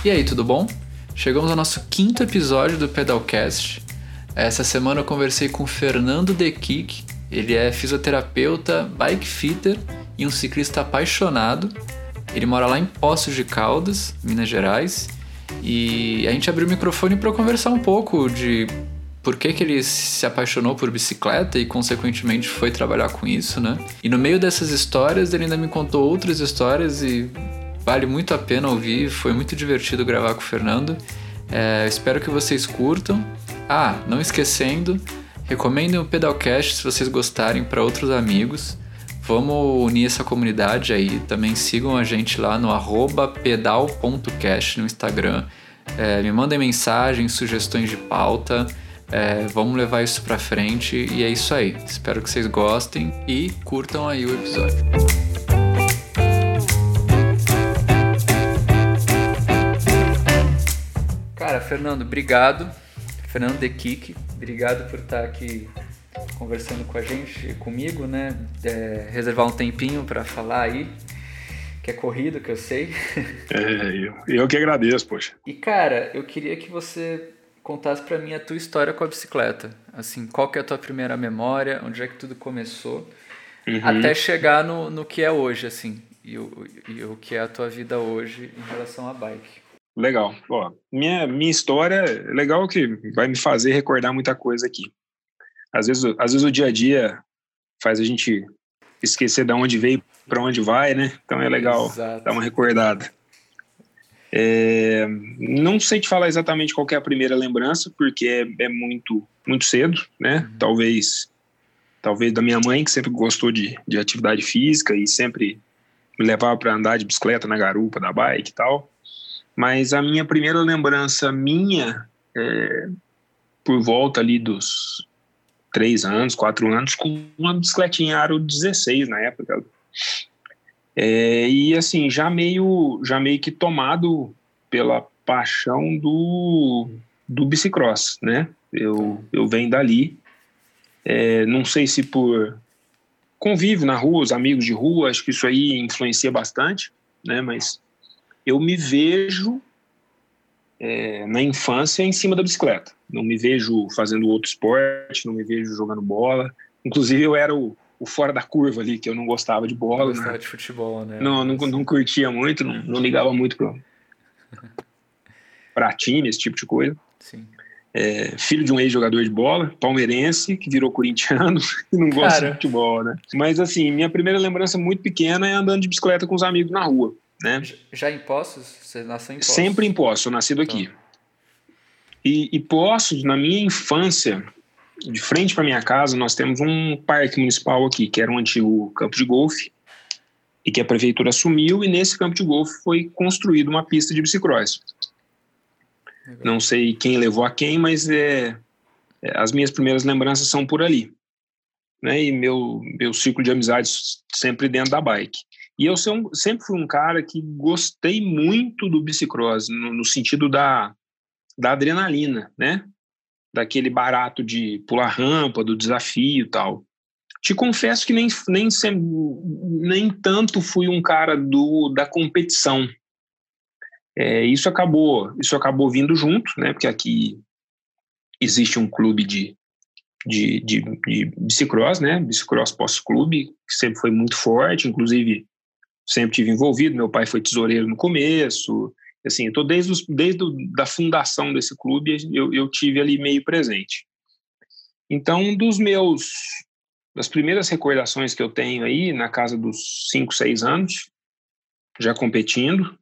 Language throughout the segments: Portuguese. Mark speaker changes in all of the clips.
Speaker 1: E aí, tudo bom? Chegamos ao nosso 5º episódio do Pedalcast. Essa semana eu conversei com o Fernando Dekik. Ele é fisioterapeuta, bike fitter e um ciclista apaixonado. Ele mora lá em Poços de Caldas, Minas Gerais. E a gente abriu o microfone para conversar um pouco de por que ele se apaixonou por bicicleta e, consequentemente, foi trabalhar com isso, né? E no meio dessas histórias, ele ainda me contou outras histórias e vale muito a pena ouvir. Foi muito divertido gravar com o Fernando. Espero que vocês curtam. Não esquecendo, recomendem o Pedalcast se vocês gostarem para outros amigos. Vamos unir essa comunidade aí. Também sigam a gente lá no @pedal.cast no Instagram. Me mandem mensagens, sugestões de pauta. Vamos levar isso pra frente. E é isso aí. Espero que vocês gostem e curtam aí o episódio. Cara, Fernando, obrigado. Fernando Dekik, obrigado por estar aqui conversando com a gente, comigo, né? Reservar um tempinho para falar aí, que é corrido, que eu sei.
Speaker 2: Eu que agradeço, poxa.
Speaker 1: E, cara, eu queria que você contasse para mim a tua história com a bicicleta. Assim, qual que é a tua primeira memória, onde é que tudo começou, até chegar no que é hoje, assim, e o que é a tua vida hoje em relação à bike.
Speaker 2: Legal. Minha história é legal, que vai me fazer recordar muita coisa aqui. Às vezes o dia a dia faz a gente esquecer de onde veio, para onde vai, né? Então é legal.
Speaker 1: Exato.
Speaker 2: Dar uma recordada. Não sei te falar exatamente qual que é a primeira lembrança, porque é muito, muito cedo, né? Talvez da minha mãe, que sempre gostou de atividade física e sempre me levava para andar de bicicleta na garupa da bike e tal. Mas a minha primeira lembrança por volta ali dos 3 anos, 4 anos, com uma bicicletinha aro 16 na época. E assim, já meio que tomado pela paixão do bicicross, né? Eu venho dali, não sei se por convívio na rua, os amigos de rua, acho que isso aí influencia bastante, né? Mas eu me vejo na infância em cima da bicicleta. Não me vejo fazendo outro esporte, não me vejo jogando bola. Inclusive, eu era o fora da curva ali, que eu não gostava de bola.
Speaker 1: Não gostava de futebol, né?
Speaker 2: Não curtia muito, não ligava muito para time, esse tipo de coisa.
Speaker 1: Sim.
Speaker 2: Filho de um ex-jogador de bola, palmeirense, que virou corintiano e não gosta de futebol, né? Mas, assim, minha primeira lembrança muito pequena é andando de bicicleta com os amigos na rua, né?
Speaker 1: Já em Poços? Você nasceu em Poços?
Speaker 2: Sempre em Poços, eu nascido aqui. E Poços, na minha infância, de frente para minha casa, nós temos um parque municipal aqui, que era um antigo campo de golfe, e que a prefeitura assumiu, e nesse campo de golfe foi construída uma pista de bicicross. Legal. Não sei quem levou a quem, mas as minhas primeiras lembranças são por ali, né? E meu ciclo de amizades sempre dentro da bike. E eu sempre fui um cara que gostei muito do bicicross, no sentido da adrenalina, né? Daquele barato de pular rampa, do desafio e tal. Te confesso que nem tanto fui um cara da competição. Isso acabou vindo junto, né? Porque aqui existe um clube de bicicross, né? Bicicross Poços Clube, que sempre foi muito forte, inclusive sempre tive envolvido. Meu pai foi tesoureiro no começo. Assim, eu tô desde a fundação desse clube, eu tive ali meio presente. Então, das primeiras recordações que eu tenho aí, na casa dos 5, 6 anos, já competindo,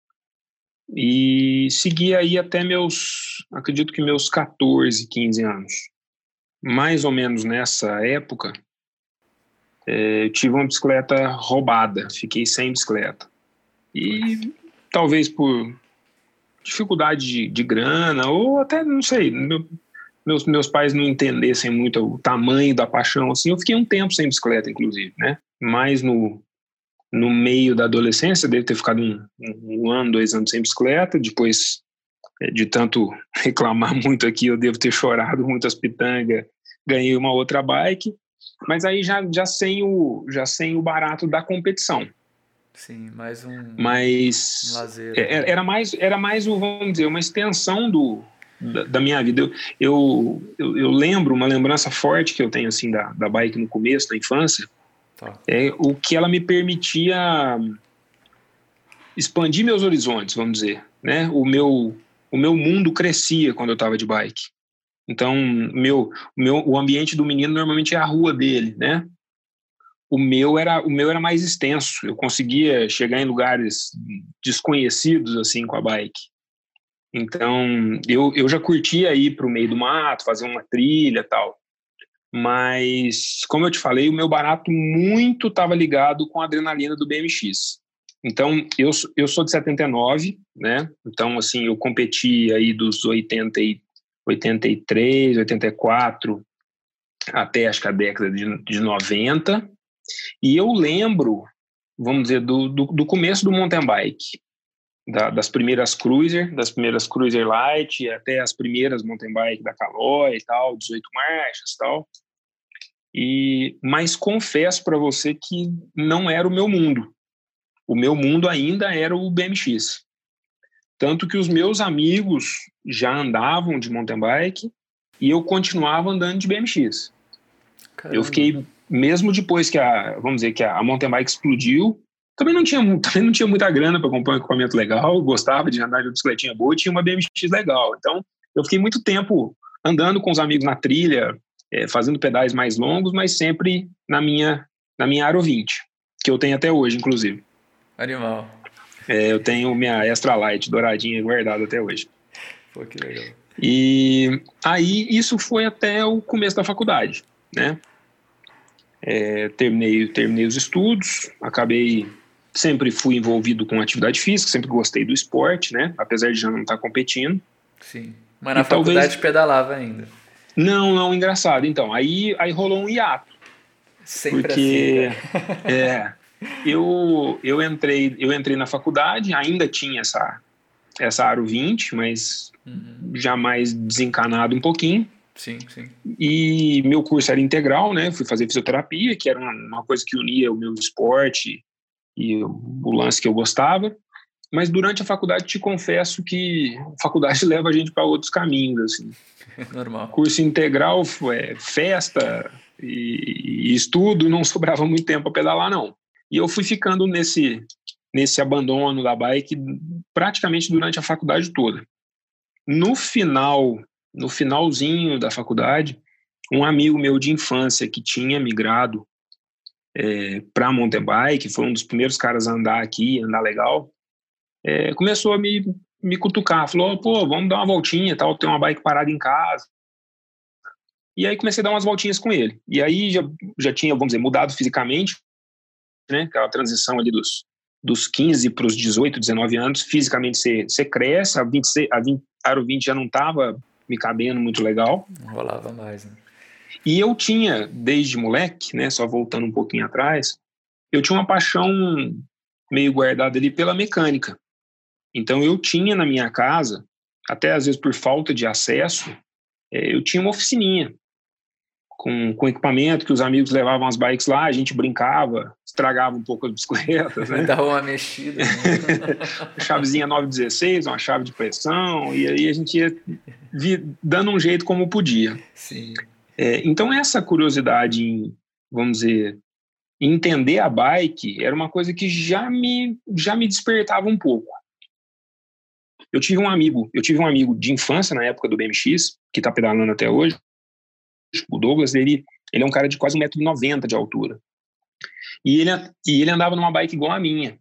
Speaker 2: e segui aí até acredito que meus 14, 15 anos. Mais ou menos nessa época, eu tive uma bicicleta roubada, fiquei sem bicicleta. E talvez por dificuldade de grana, ou até, não sei, meus pais não entendessem muito o tamanho da paixão, assim, eu fiquei um tempo sem bicicleta, inclusive, né? Mas no meio da adolescência, devo ter ficado um ano, 2 anos sem bicicleta. Depois, de tanto reclamar muito aqui, eu devo ter chorado muitas pitangas, ganhei uma outra bike, mas aí já sem o barato da competição.
Speaker 1: Sim, mais um
Speaker 2: Mas
Speaker 1: lazer.
Speaker 2: era mais, vamos dizer, uma extensão da minha vida. Eu lembro, uma lembrança forte que eu tenho assim da bike no começo, da infância,
Speaker 1: Tá.
Speaker 2: é o que ela me permitia expandir meus horizontes, vamos dizer, né? O meu mundo crescia quando eu estava de bike. Então, o ambiente do menino normalmente é a rua dele, né? O meu era mais extenso. Eu conseguia chegar em lugares desconhecidos assim com a bike. Então, eu já curtia ir para o meio do mato, fazer uma trilha, tal. Mas, como eu te falei, o meu barato muito estava ligado com a adrenalina do BMX. Então, eu sou de 79, né? Então, assim, eu competi aí dos 83, 84 até acho que a década de 90. E eu lembro, vamos dizer, do começo do mountain bike, das primeiras Cruiser Light, até as primeiras mountain bike da Caloi e tal, 18 marchas e tal. Mas confesso para você que não era o meu mundo. O meu mundo ainda era o BMX. Tanto que os meus amigos já andavam de mountain bike e eu continuava andando de BMX.
Speaker 1: Caramba.
Speaker 2: Eu fiquei, mesmo depois que vamos dizer, que a mountain bike explodiu, também não tinha muita grana para comprar um equipamento legal, eu gostava de andar de bicicletinha boa, tinha uma BMX legal. Então, eu fiquei muito tempo andando com os amigos na trilha, fazendo pedais mais longos, mas sempre na minha Aro 20, que eu tenho até hoje, inclusive.
Speaker 1: Animal.
Speaker 2: Eu tenho minha Extra Light douradinha guardada até hoje.
Speaker 1: Pô, que legal.
Speaker 2: E aí, isso foi até o começo da faculdade, né? Terminei os estudos, sempre fui envolvido com atividade física, sempre gostei do esporte, né? Apesar de já não estar competindo.
Speaker 1: Sim. Mas na faculdade pedalava ainda.
Speaker 2: Não, engraçado. Então, aí rolou um hiato.
Speaker 1: Sempre
Speaker 2: porque,
Speaker 1: assim, cara.
Speaker 2: Eu entrei na faculdade, ainda tinha essa Aro 20, mas já mais desencanado um pouquinho.
Speaker 1: Sim.
Speaker 2: E meu curso era integral, né? Fui fazer fisioterapia, que era uma coisa que unia o meu esporte e o lance que eu gostava. Mas durante a faculdade, te confesso que a faculdade leva a gente para outros caminhos, assim.
Speaker 1: Normal.
Speaker 2: Curso integral, festa e estudo, não sobrava muito tempo para pedalar, não. E eu fui ficando nesse abandono da bike praticamente durante a faculdade toda. No finalzinho da faculdade, um amigo meu de infância que tinha migrado para mountain bike, foi um dos primeiros caras a andar aqui, andar legal, começou a me cutucar, falou, pô, vamos dar uma voltinha, tal, tem uma bike parada em casa. E aí comecei a dar umas voltinhas com ele. E aí já tinha, vamos dizer, mudado fisicamente, né? Aquela transição ali dos 15 para os 18, 19 anos, fisicamente você cresce, a Aro 20 já não estava me cabendo muito legal.
Speaker 1: Não rolava mais, né?
Speaker 2: E eu tinha, desde moleque, né, só voltando um pouquinho atrás, eu tinha uma paixão meio guardada ali pela mecânica. Então eu tinha na minha casa, até às vezes por falta de acesso, eu tinha uma oficininha com equipamento, que os amigos levavam as bikes lá, a gente brincava, estragava um pouco as bicicletas, né?
Speaker 1: Dava uma mexida. Né?
Speaker 2: Uma chavezinha 916, uma chave de pressão, e aí a gente ia dando um jeito como podia.
Speaker 1: Sim.
Speaker 2: Então essa curiosidade em, vamos dizer, entender a bike era uma coisa que já me despertava um pouco. Eu tive um amigo de infância na época do BMX, que está pedalando até hoje. O Douglas, ele é um cara de quase 1,90 m de altura. E ele andava numa bike igual a minha.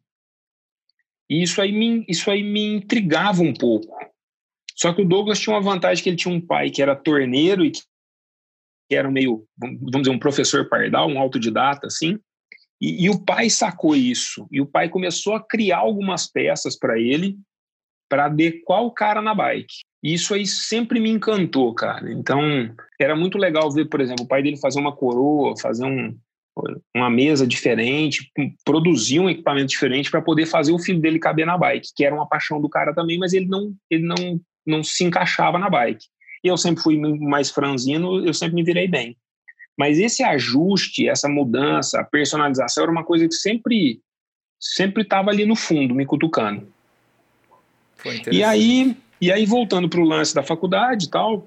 Speaker 2: E isso aí me intrigava um pouco. Só que o Douglas tinha uma vantagem, que ele tinha um pai que era torneiro e que era meio, vamos dizer, um professor pardal, um autodidata, assim. E o pai sacou isso. E o pai começou a criar algumas peças para ele, para adequar o cara na bike. E isso aí sempre me encantou, cara. Então, era muito legal ver, por exemplo, o pai dele fazer uma coroa, fazer uma mesa diferente, produzir um equipamento diferente para poder fazer o filho dele caber na bike, que era uma paixão do cara também, mas ele não se encaixava na bike. E eu sempre fui mais franzino, eu sempre me virei bem. Mas esse ajuste, essa mudança, a personalização era uma coisa que sempre sempre estava ali no fundo, me cutucando.
Speaker 1: Foi
Speaker 2: E
Speaker 1: interessante.
Speaker 2: aí voltando para o lance da faculdade e tal,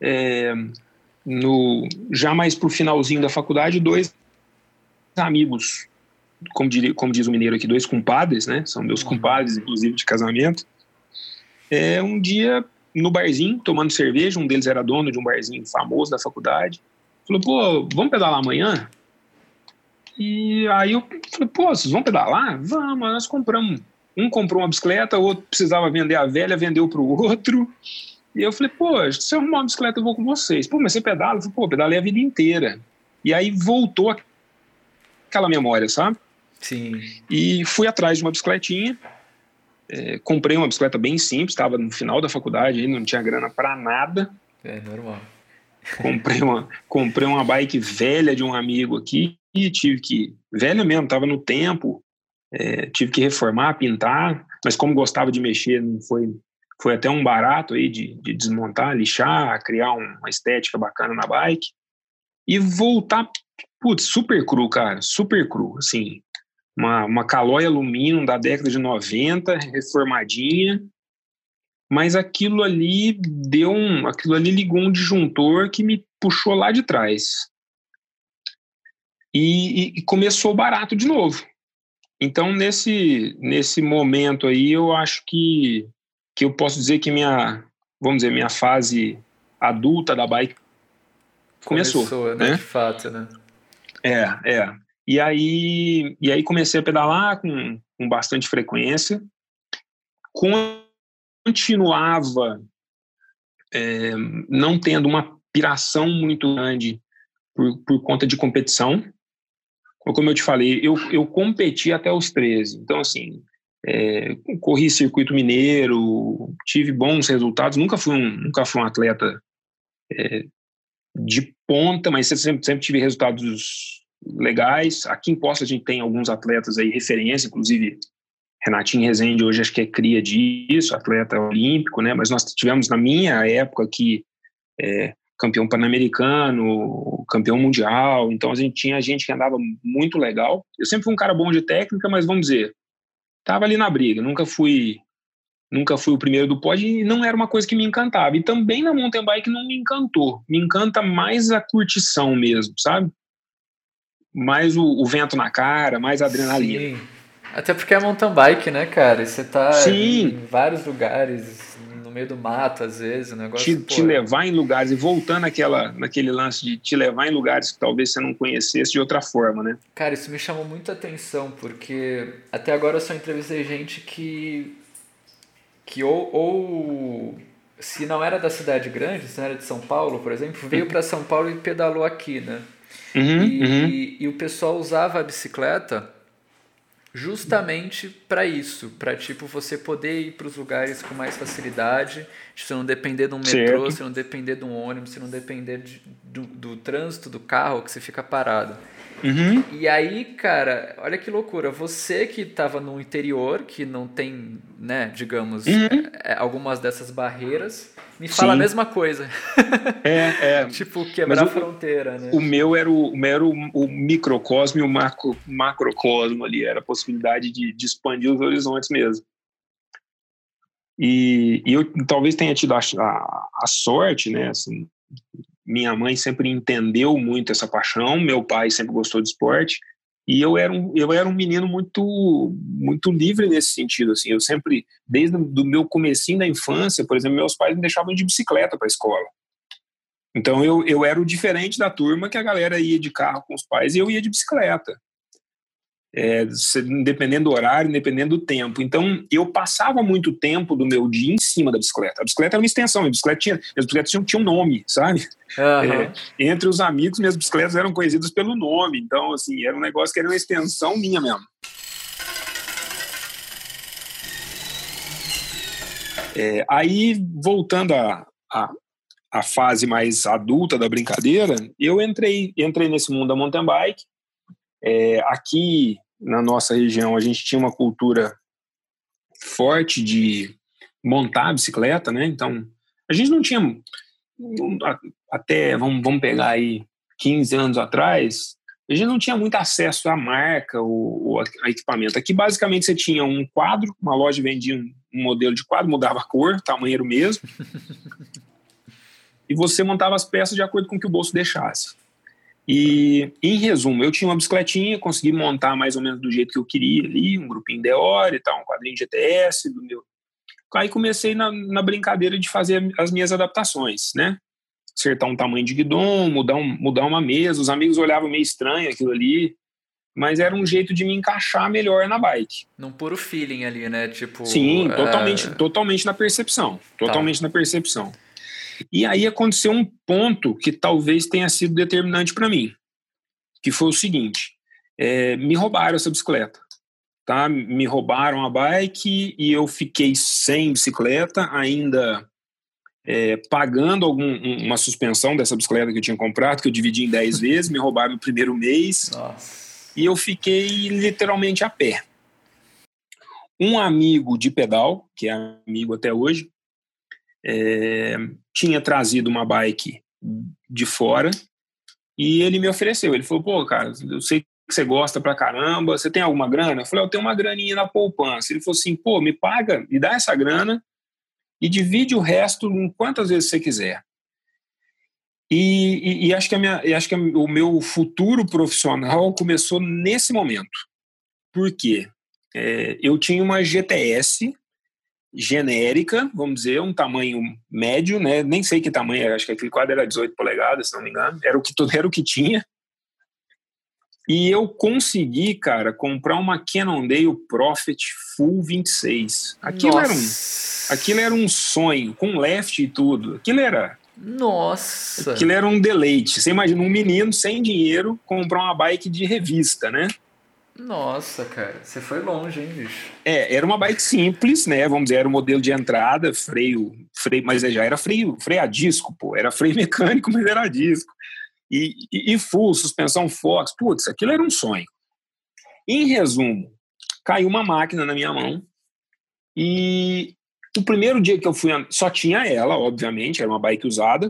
Speaker 2: já mais pro finalzinho da faculdade, 2 amigos, como diz o mineiro aqui, 2 compadres, né? São meus compadres, inclusive, de casamento. Um dia, no barzinho, tomando cerveja, um deles era dono de um barzinho famoso da faculdade, falou, pô, vamos pedalar amanhã? E aí eu falei, pô, vocês vão pedalar? Vamos, nós compramos. Um comprou uma bicicleta, o outro precisava vender a velha, vendeu pro outro. E eu falei, pô, se eu arrumar uma bicicleta, eu vou com vocês. Pô, mas você pedala? Eu falei, pô, pedalei a vida inteira. E aí voltou aquela memória, sabe?
Speaker 1: Sim.
Speaker 2: E fui atrás de uma bicicletinha, comprei uma bicicleta bem simples, estava no final da faculdade, ainda não tinha grana para nada.
Speaker 1: É normal.
Speaker 2: Comprei uma bike velha de um amigo aqui e velha mesmo, estava no tempo, tive que reformar, pintar, mas como gostava de mexer, não foi até um barato aí de desmontar, lixar, criar uma estética bacana na bike e voltar, putz, super cru, cara, super cru, assim, uma Caloi Alumínio da década de 90, reformadinha, mas aquilo ali ligou um disjuntor que me puxou lá de trás. E começou barato de novo. Então, nesse momento aí, eu acho que eu posso dizer que vamos dizer, minha fase adulta da bike começou,
Speaker 1: né?
Speaker 2: né?
Speaker 1: De fato, né?
Speaker 2: E aí comecei a pedalar com bastante frequência. Continuava não tendo uma piração muito grande por conta de competição. Como eu te falei, eu competi até os 13. Então, assim, corri circuito mineiro, tive bons resultados. Nunca fui um atleta de ponta, mas sempre tive resultados legais. Aqui em Poços a gente tem alguns atletas aí, referência, inclusive Renatinho Rezende hoje acho que é cria disso, atleta olímpico, né? Mas nós tivemos na minha época aqui campeão pan-americano, campeão mundial, então a gente tinha gente que andava muito legal. Eu sempre fui um cara bom de técnica, mas vamos dizer, tava ali na briga, nunca fui o primeiro do pódio e não era uma coisa que me encantava. E também na mountain bike não me encantou. Me encanta mais a curtição mesmo, sabe? Mais o vento na cara, mais a adrenalina.
Speaker 1: Sim. Até porque é mountain bike, né, cara? E você tá
Speaker 2: Sim.
Speaker 1: em vários lugares, no meio do mato, às vezes, o negócio...
Speaker 2: Te levar em lugares, e voltando naquele lance de te levar em lugares que talvez você não conhecesse de outra forma, né?
Speaker 1: Cara, isso me chamou muita atenção, porque até agora eu só entrevistei gente que ou se não era da cidade grande, se não era de São Paulo, por exemplo, veio para São Paulo e pedalou aqui, né? E o pessoal usava a bicicleta justamente para isso, para tipo você poder ir para os lugares com mais facilidade, você não depender de um metrô, você não depender de um ônibus, você não depender do trânsito do carro que você fica parado. E aí, cara, olha que loucura, você que estava no interior, que não tem, né, digamos, algumas dessas barreiras, me fala a mesma coisa. Tipo, quebrar a fronteira, né?
Speaker 2: O meu era o microcosmo e o macrocosmo ali, era a possibilidade de expandir os horizontes mesmo. E eu talvez tenha tido a sorte, né, assim, minha mãe sempre entendeu muito essa paixão, meu pai sempre gostou de esporte, e eu era um menino muito, muito livre nesse sentido, assim, eu sempre, desde o meu comecinho da infância, por exemplo, meus pais me deixavam de bicicleta para a escola. Então eu era o diferente da turma, que a galera ia de carro com os pais e eu ia de bicicleta. Dependendo do horário, dependendo do tempo. Então, eu passava muito tempo do meu dia em cima da bicicleta. A bicicleta era uma extensão, minhas bicicletas tinham um nome, sabe? Entre os amigos, minhas bicicletas eram conhecidas pelo nome. Então, assim, era um negócio que era uma extensão minha mesmo. Aí, voltando à fase mais adulta da brincadeira, eu entrei nesse mundo da mountain bike. Aqui na nossa região a gente tinha uma cultura forte de montar a bicicleta, né? Então a gente não tinha, até vamos pegar aí 15 anos atrás, a gente não tinha muito acesso à marca, a equipamento. Aqui, basicamente, você tinha um quadro, uma loja vendia um modelo de quadro, mudava a cor, o tamanho era o mesmo, e você montava as peças de acordo com o que o bolso deixasse. E, em resumo, eu tinha uma bicicletinha, consegui montar mais ou menos do jeito que eu queria ali, um grupinho Deore e tal, um quadrinho GTS do meu. Aí comecei na brincadeira de fazer as minhas adaptações, né? Acertar um tamanho de guidon, mudar uma mesa. Os amigos olhavam meio estranho aquilo ali, mas era um jeito de me encaixar melhor na bike.
Speaker 1: Não pôr o feeling ali, né? Tipo...
Speaker 2: Sim, totalmente na percepção. Totalmente na percepção. E aí aconteceu um ponto que talvez tenha sido determinante para mim, que foi o seguinte, me roubaram essa bicicleta, tá? Me roubaram a bike e eu fiquei sem bicicleta, ainda pagando uma suspensão dessa bicicleta que eu tinha comprado, que eu dividi em 10 vezes, me roubaram no primeiro mês.
Speaker 1: Nossa.
Speaker 2: E eu fiquei literalmente a pé. Um amigo de pedal, que é amigo até hoje, tinha trazido uma bike de fora e ele me ofereceu. Ele falou, pô, cara, eu sei que você gosta pra caramba, você tem alguma grana? Eu falei, eu tenho uma graninha na poupança. Ele falou assim, pô, me paga, me dá essa grana e divide o resto em quantas vezes você quiser. E acho que o meu futuro profissional começou nesse momento. Por quê? Eu tinha uma GTS genérica, vamos dizer, um tamanho médio, né? Nem sei que tamanho era, acho que aquele quadro era 18 polegadas, se não me engano, era o que tinha. E eu consegui, cara, comprar uma Cannondale Prophet Full 26. Aquilo era um sonho, com left e tudo. Aquilo era um deleite. Você imagina um menino sem dinheiro comprar uma bike de revista, né?
Speaker 1: Nossa, cara, você foi longe, hein, bicho?
Speaker 2: Era uma bike simples, né? Vamos dizer, era o modelo de entrada, freio, mas já era freio a disco, pô. Era freio mecânico, mas era a disco. E full, suspensão Fox. Putz, aquilo era um sonho. Em resumo, caiu uma máquina na minha mão e o primeiro dia que eu fui, só tinha ela, obviamente, era uma bike usada.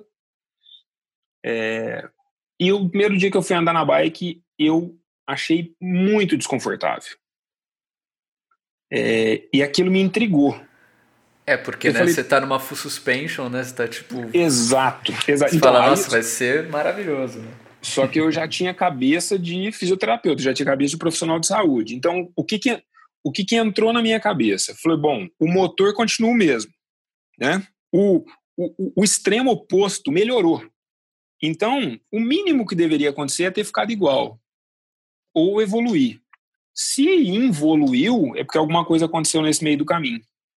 Speaker 2: E o primeiro dia que eu fui andar na bike, eu achei muito desconfortável. E aquilo me intrigou.
Speaker 1: Porque, né, você tá numa full suspension, né, você tá tipo...
Speaker 2: Exato.
Speaker 1: Você fala, nossa, vai ser maravilhoso, né?
Speaker 2: Só que eu já tinha cabeça de fisioterapeuta, já tinha cabeça de profissional de saúde. Então, o que entrou na minha cabeça? Falei, bom, o motor continua o mesmo, né? O extremo oposto melhorou. Então, o mínimo que deveria acontecer é ter ficado igual ou evoluir. Se evoluiu, é porque alguma coisa aconteceu nesse meio do caminho.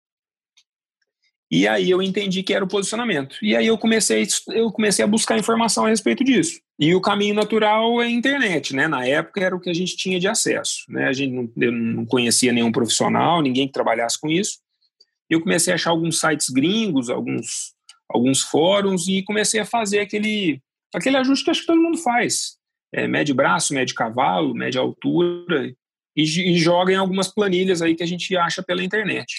Speaker 2: E aí eu entendi que era o posicionamento. E aí eu comecei a buscar informação a respeito disso. E o caminho natural é a internet, né? Na época era o que a gente tinha de acesso, né? Eu não conhecia nenhum profissional, ninguém que trabalhasse com isso. Eu comecei a achar alguns sites gringos, alguns fóruns e comecei a fazer aquele ajuste que acho que todo mundo faz. Mede braço, mede cavalo, mede altura e joga em algumas planilhas aí que a gente acha pela internet.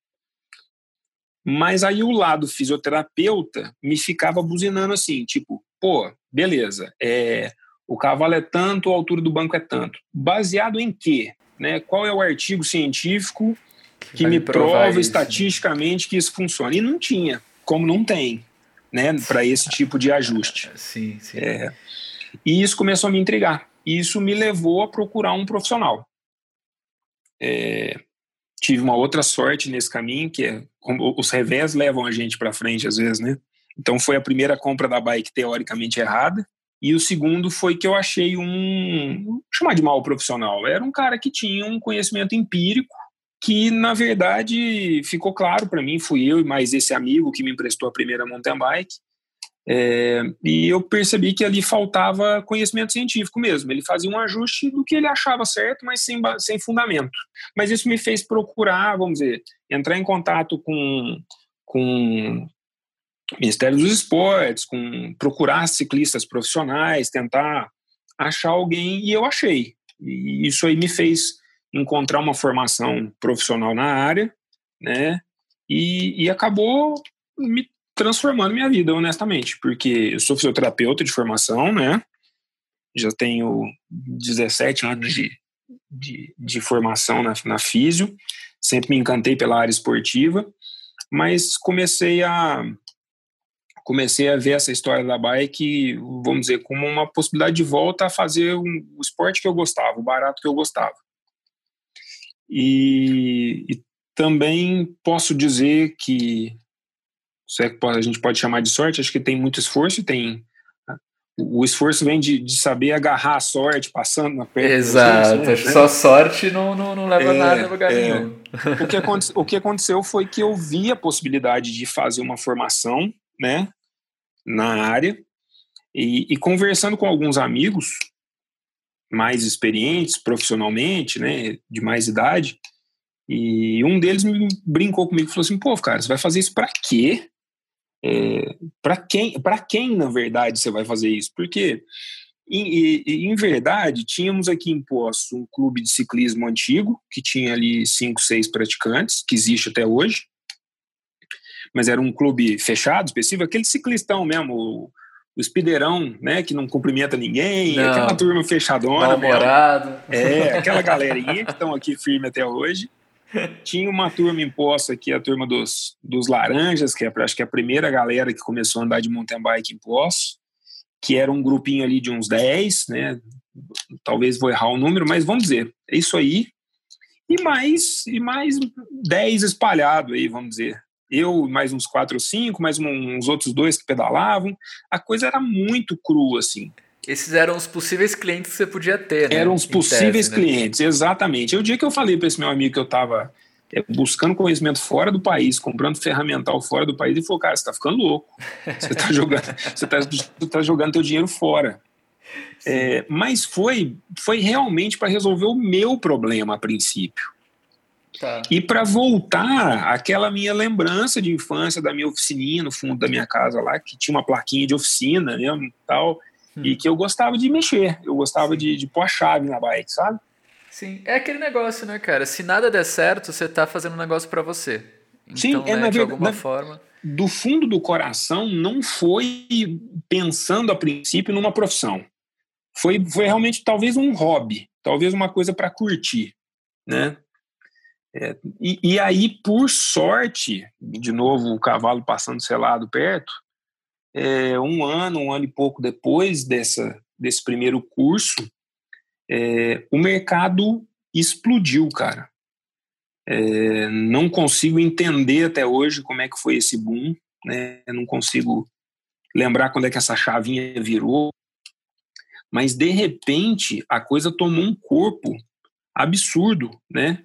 Speaker 2: Mas aí o lado fisioterapeuta me ficava buzinando assim, tipo, pô, beleza, o cavalo é tanto, a altura do banco é tanto. Baseado em quê? Né? Qual é o artigo científico que me prova isso, estatisticamente que isso funciona? E não tinha, como não tem, né, para esse tipo de ajuste.
Speaker 1: Sim.
Speaker 2: E isso começou a me intrigar. E isso me levou a procurar um profissional. Tive uma outra sorte nesse caminho, que os revés levam a gente para frente às vezes, né? Então foi a primeira compra da bike teoricamente errada, e o segundo foi que eu achei vou chamar de mal profissional, era um cara que tinha um conhecimento empírico, que na verdade ficou claro para mim, fui eu e mais esse amigo que me emprestou a primeira mountain bike, e eu percebi que ali faltava conhecimento científico mesmo. Ele fazia um ajuste do que ele achava certo, mas sem fundamento. Mas isso me fez procurar, vamos dizer, entrar em contato com o Ministério dos Esportes, procurar ciclistas profissionais, tentar achar alguém, e eu achei. E isso aí me fez encontrar uma formação profissional na área, né? E acabou me transformando minha vida, honestamente, porque eu sou fisioterapeuta de formação, né? já tenho 17 anos de formação na físio, sempre me encantei pela área esportiva, mas comecei a ver essa história da bike, vamos dizer, como uma possibilidade de volta a fazer o esporte que eu gostava, o barato que eu gostava. E também posso dizer que, se é que a gente pode chamar de sorte, acho que tem muito esforço, o esforço vem de saber agarrar a sorte, passando na perna dos outros.
Speaker 1: Exato, acho que só sorte não leva nada a lugar nenhum.
Speaker 2: O que aconteceu foi que eu vi a possibilidade de fazer uma formação, né, na área, e conversando com alguns amigos mais experientes profissionalmente, né, de mais idade, e um deles me brincou comigo e falou assim: pô, cara, você vai fazer isso pra quê? Para quem, na verdade, você vai fazer isso? Porque, em verdade, tínhamos aqui em Poços um clube de ciclismo antigo, que tinha ali 5, 6 praticantes, que existe até hoje, mas era um clube fechado, específico, aquele ciclistão mesmo, o speederão, né, que não cumprimenta ninguém,
Speaker 1: não,
Speaker 2: aquela turma fechadona
Speaker 1: mal-humorado.
Speaker 2: Aquela galerinha que estão aqui firme até hoje. Tinha uma turma em Poços aqui, a turma dos Laranjas, que acho que é a primeira galera que começou a andar de mountain bike em Poços, que era um grupinho ali de uns 10, né? Talvez vou errar o número, mas vamos dizer, é isso aí. E mais 10 espalhados aí, vamos dizer. Eu, mais uns 4 ou 5, mais uns outros 2 que pedalavam. A coisa era muito crua, assim.
Speaker 1: Esses eram os possíveis clientes que você podia ter, né?
Speaker 2: Eram os possíveis clientes, né? Exatamente. E o dia que eu falei para esse meu amigo que eu estava buscando conhecimento fora do país, comprando ferramental fora do país, ele falou: cara, você está ficando louco. Você está jogando teu dinheiro fora. Mas foi realmente para resolver o meu problema a princípio.
Speaker 1: Tá.
Speaker 2: E para voltar àquela minha lembrança de infância da minha oficininha no fundo da minha casa lá, que tinha uma plaquinha de oficina, né, tal, e que eu gostava de mexer, eu gostava de pôr a chave na bike, sabe?
Speaker 1: Sim, é aquele negócio, né, cara? Se nada der certo, você tá fazendo um negócio para você. Então,
Speaker 2: sim,
Speaker 1: né, de alguma forma...
Speaker 2: Do fundo do coração, não foi pensando a princípio numa profissão. Foi realmente talvez um hobby, talvez uma coisa para curtir, né? E aí, por sorte, de novo o cavalo passando selado perto, um ano e pouco depois desse primeiro curso, o mercado explodiu, cara. Não consigo entender até hoje como é que foi esse boom, né? Não consigo lembrar quando é que essa chavinha virou, mas de repente a coisa tomou um corpo absurdo, né?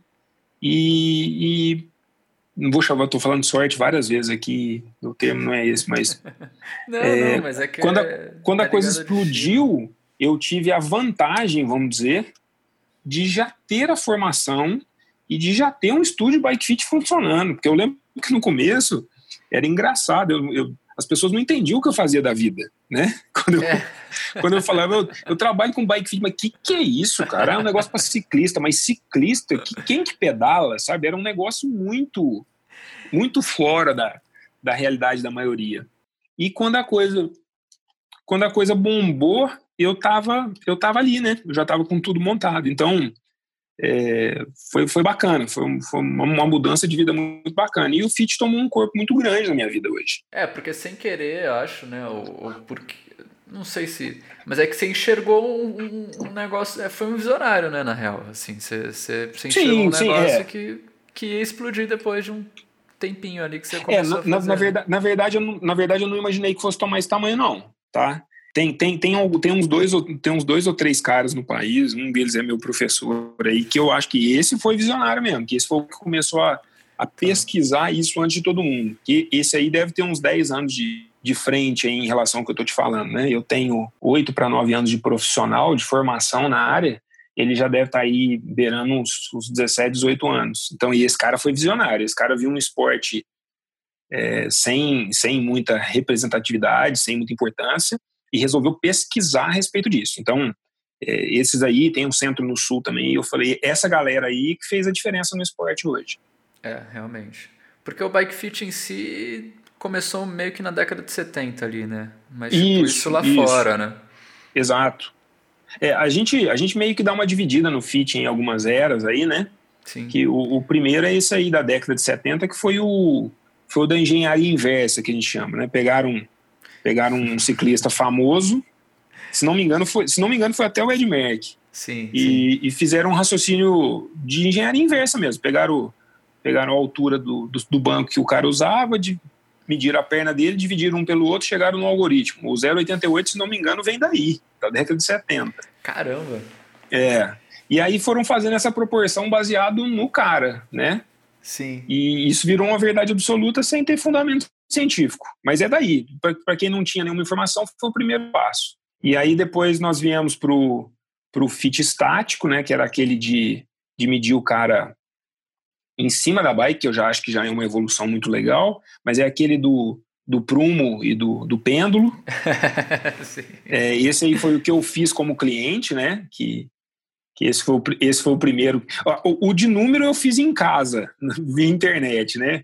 Speaker 2: E não vou chamar, estou falando sorte várias vezes aqui, o termo não é esse, mas
Speaker 1: não, mas é que
Speaker 2: quando a coisa explodiu, eu tive a vantagem, vamos dizer, de já ter a formação e de já ter um estúdio bike fit funcionando, porque eu lembro que no começo era engraçado, as pessoas não entendiam o que eu fazia da vida, né? Quando eu falava, eu trabalho com bike fit, mas que é isso, cara? É um negócio para ciclista, mas ciclista, quem que pedala, sabe? Era um negócio muito, muito fora da realidade da maioria. E quando a coisa bombou, eu tava ali, né? Eu já tava com tudo montado. Então, foi bacana, foi uma mudança de vida muito bacana. E o fit tomou um corpo muito grande na minha vida hoje.
Speaker 1: Porque sem querer, eu acho, né? Ou porque... Não sei se... Mas é que você enxergou um negócio... Foi um visionário, né, na real. Assim, você enxergou um negócio que ia explodir depois de um tempinho ali que você começou a fazer.
Speaker 2: Na verdade, eu não imaginei que fosse tomar esse tamanho, não, tá? Tem uns 2 ou 3 caras no país, um deles é meu professor aí, que eu acho que esse foi visionário mesmo, que esse foi o que começou a pesquisar isso antes de todo mundo. Que esse aí deve ter uns 10 anos de frente aí em relação ao que eu tô te falando, né? Eu tenho 8 para 9 anos de profissional, de formação na área, ele já deve estar aí beirando uns 17, 18 anos. Então, e esse cara foi visionário, esse cara viu um esporte sem muita representatividade, sem muita importância, e resolveu pesquisar a respeito disso. Então, esses aí, tem um centro no sul também, e eu falei, essa galera aí que fez a diferença no esporte hoje.
Speaker 1: Realmente. Porque o bike fit em si começou meio que na década de 70 ali, né? Mas isso lá fora, né?
Speaker 2: Exato. A gente meio que dá uma dividida no Fit em algumas eras aí, né?
Speaker 1: Sim.
Speaker 2: Que o primeiro é esse aí da década de 70, que foi o da engenharia inversa, que a gente chama, né? Pegaram um ciclista famoso, se não me engano foi até o Ed Merckx.
Speaker 1: Sim,
Speaker 2: E fizeram um raciocínio de engenharia inversa mesmo. Pegaram a altura do banco que o cara usava, mediram a perna dele, dividiram um pelo outro, chegaram no algoritmo. O 0,88, se não me engano, vem daí, da década de 70.
Speaker 1: Caramba!
Speaker 2: E aí foram fazendo essa proporção baseado no cara, né?
Speaker 1: Sim.
Speaker 2: E isso virou uma verdade absoluta sem ter fundamento científico. Mas é daí. Para quem não tinha nenhuma informação, foi o primeiro passo. E aí depois nós viemos pro fit estático, né? Que era aquele de medir o cara em cima da bike, que eu já acho que já é uma evolução muito legal, mas é aquele do prumo e do pêndulo. Esse aí foi o que eu fiz como cliente, né? Que esse foi o primeiro. O de número eu fiz em casa, via internet, né?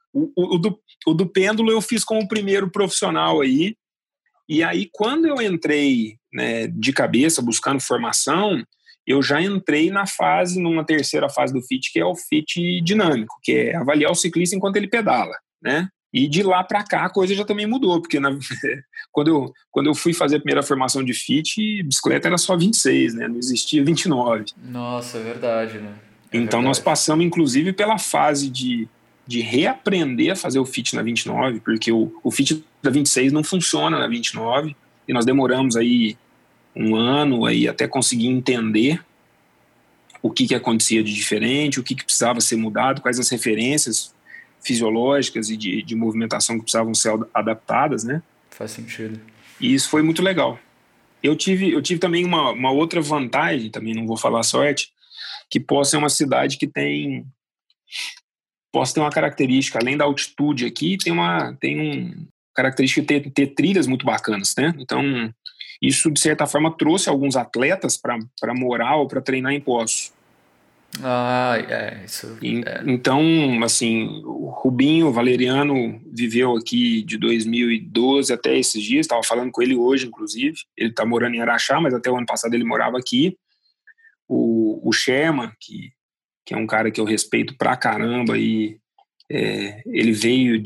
Speaker 2: O do pêndulo eu fiz como primeiro profissional aí. E aí, quando eu entrei, né, de cabeça, buscando formação, eu já entrei numa terceira fase do FIT, que é o FIT dinâmico, que é avaliar o ciclista enquanto ele pedala, né? E de lá para cá a coisa já também mudou, porque quando eu fui fazer a primeira formação de FIT, bicicleta era só 26, né? Não existia 29.
Speaker 1: Nossa, é verdade, né?
Speaker 2: Então nós passamos, inclusive, pela fase de reaprender a fazer o FIT na 29, porque o FIT da 26 não funciona na 29, e nós demoramos aí um ano aí até conseguir entender o que acontecia de diferente, o que precisava ser mudado, quais as referências fisiológicas e de movimentação que precisavam ser adaptadas, né?
Speaker 1: Faz sentido.
Speaker 2: E isso foi muito legal. Eu tive também uma outra vantagem, também não vou falar sorte, que Poços é uma cidade que Poços tem uma característica, além da altitude aqui, tem uma característica de ter trilhas muito bacanas, né? Então, isso, de certa forma, trouxe alguns atletas para morar ou para treinar em Poços. Então, assim, o Rubinho Valeriano viveu aqui de 2012 até esses dias, estava falando com ele hoje, inclusive. Ele está morando em Araxá, mas até o ano passado ele morava aqui. O Sherman, que é um cara que eu respeito pra caramba, e ele veio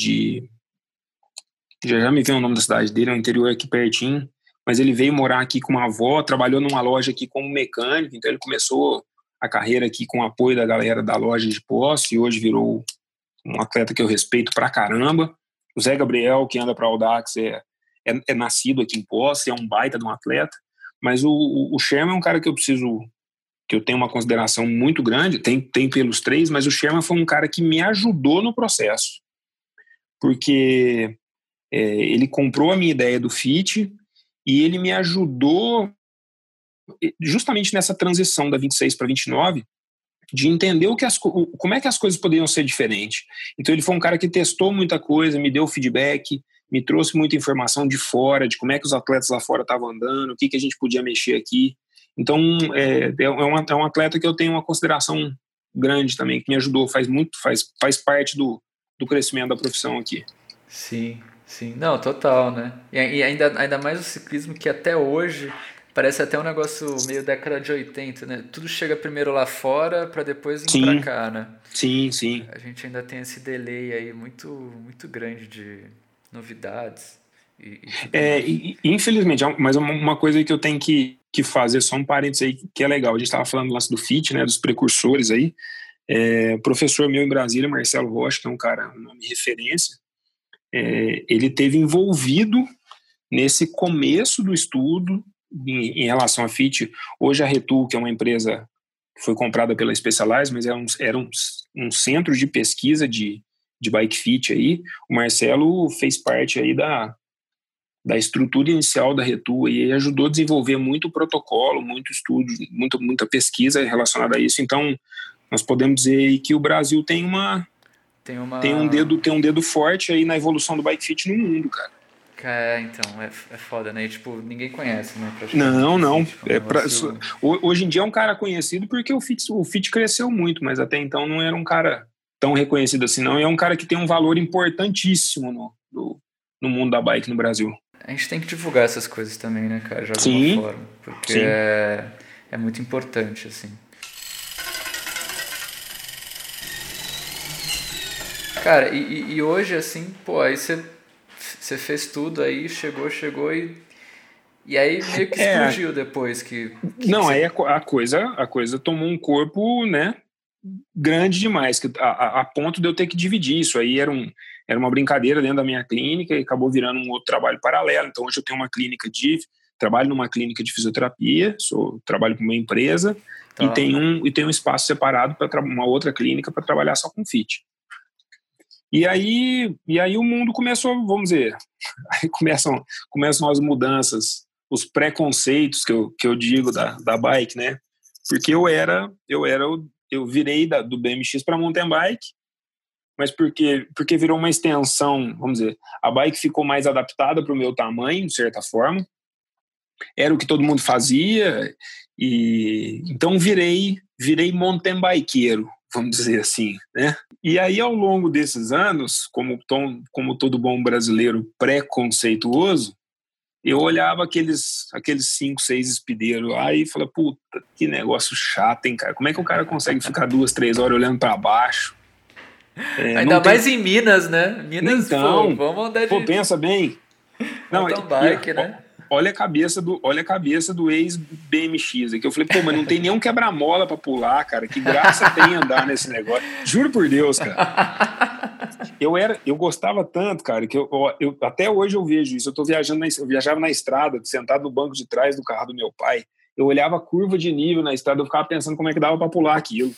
Speaker 2: já me veio o nome da cidade dele, é o interior aqui pertinho, mas ele veio morar aqui com uma avó, trabalhou numa loja aqui como mecânico, então ele começou a carreira aqui com o apoio da galera da loja de Poços, e hoje virou um atleta que eu respeito pra caramba. O Zé Gabriel, que anda pra Audax, é nascido aqui em Poços, é um baita de um atleta, mas o Sherman é um cara que eu tenho uma consideração muito grande, tem pelos três, mas o Sherman foi um cara que me ajudou no processo, porque ele comprou a minha ideia do FIT e ele me ajudou justamente nessa transição da 26 para 29, de entender como é que as coisas poderiam ser diferentes. Então ele foi um cara que testou muita coisa, me deu feedback, me trouxe muita informação de fora, de como é que os atletas lá fora estavam andando, o que a gente podia mexer aqui. Então é um atleta que eu tenho uma consideração grande também, que me ajudou, faz parte do crescimento da profissão aqui.
Speaker 1: Sim, não, total, né? E ainda mais o ciclismo, que até hoje parece até um negócio meio década de 80, né? Tudo chega primeiro lá fora para depois vir pra cá, né?
Speaker 2: Sim.
Speaker 1: A gente ainda tem esse delay aí muito, muito grande de novidades.
Speaker 2: Infelizmente, mas uma coisa que eu tenho que fazer, só um parênteses aí que é legal. A gente estava falando do lance do FIT, né, dos precursores aí. Professor meu em Brasília, Marcelo Rocha, que é um cara, um nome de referência, ele teve envolvido nesse começo do estudo em relação a FIT. Hoje a Retu, que é uma empresa que foi comprada pela Specialized, mas era um centro de pesquisa de bike fit aí. O Marcelo fez parte aí da estrutura inicial da Retu e ajudou a desenvolver muito protocolo, muito estudo, muita pesquisa relacionada a isso. Então, nós podemos dizer que o Brasil tem um dedo forte aí na evolução do bike fit no mundo, cara.
Speaker 1: Então, é foda, né? E, tipo, ninguém conhece, né?
Speaker 2: Não.
Speaker 1: Tipo, negócio...
Speaker 2: Hoje em dia é um cara conhecido porque o fit cresceu muito, mas até então não era um cara tão reconhecido assim, não. E é um cara que tem um valor importantíssimo no mundo da bike no Brasil.
Speaker 1: A gente tem que divulgar essas coisas também, né, cara? De alguma
Speaker 2: Sim,
Speaker 1: forma. Porque
Speaker 2: sim.
Speaker 1: é muito importante, assim. Cara, e hoje, assim, pô, aí você fez tudo aí, chegou e aí meio que
Speaker 2: É,
Speaker 1: explodiu depois que
Speaker 2: não, aí
Speaker 1: você...
Speaker 2: a coisa tomou um corpo, né, grande demais, a ponto de eu ter que dividir isso. Aí era uma brincadeira dentro da minha clínica e acabou virando um outro trabalho paralelo. Então hoje eu tenho trabalho numa clínica de fisioterapia, trabalho com uma empresa e
Speaker 1: Tá.
Speaker 2: tenho um espaço separado para uma outra clínica para trabalhar só com fit. E aí o mundo começou, vamos dizer, aí começam as mudanças, os preconceitos que eu digo da bike, né? Porque eu virei do BMX para mountain bike, mas porque virou uma extensão, vamos dizer, a bike ficou mais adaptada para o meu tamanho, de certa forma, era o que todo mundo fazia, e então virei mountain bikeiro, vamos dizer assim, né? E aí, ao longo desses anos, como todo bom brasileiro preconceituoso, eu olhava aqueles 5, 6 espideiros lá e falava, puta, que negócio chato, hein, cara? Como é que o cara consegue ficar 2, 3 horas olhando para baixo? Não
Speaker 1: Ainda mais
Speaker 2: tem.
Speaker 1: em Minas, né? Minas, pô,
Speaker 2: Então,
Speaker 1: vamos andar
Speaker 2: pô,
Speaker 1: de
Speaker 2: pensa bem. Não,
Speaker 1: mountain bike, né?
Speaker 2: olha a cabeça do ex-BMX aqui. Eu falei, pô, mas não tem nenhum quebra-mola pra pular, cara. Que graça tem andar nesse negócio. Juro por Deus, cara. Eu gostava tanto, cara, que até hoje eu vejo isso. Eu viajava na estrada, sentado no banco de trás do carro do meu pai. Eu olhava a curva de nível na estrada, eu ficava pensando como é que dava pra pular aquilo.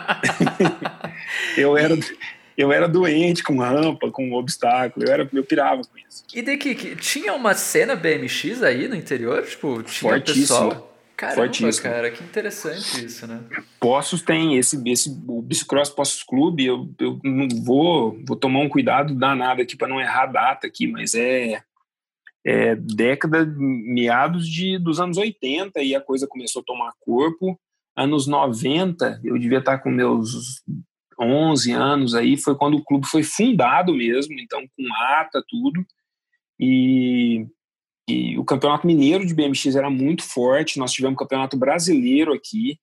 Speaker 2: Eu era,
Speaker 1: E,
Speaker 2: eu era doente com rampa, com obstáculo. Eu pirava com isso.
Speaker 1: e daqui, tinha uma cena BMX aí no interior? Tipo, tinha
Speaker 2: Fortíssima.
Speaker 1: pessoal? Caramba,
Speaker 2: Fortíssima.
Speaker 1: cara, que interessante isso, né?
Speaker 2: Poços tem o Bicicross Poços Clube. Eu não vou tomar um cuidado danado aqui para não errar a data aqui, mas é década, dos anos 80 e a coisa começou a tomar corpo. Anos 90, eu devia estar com meus 11 anos aí, foi quando o clube foi fundado mesmo, então com ata, tudo. E, e o Campeonato Mineiro de BMX era muito forte, nós tivemos Campeonato Brasileiro aqui.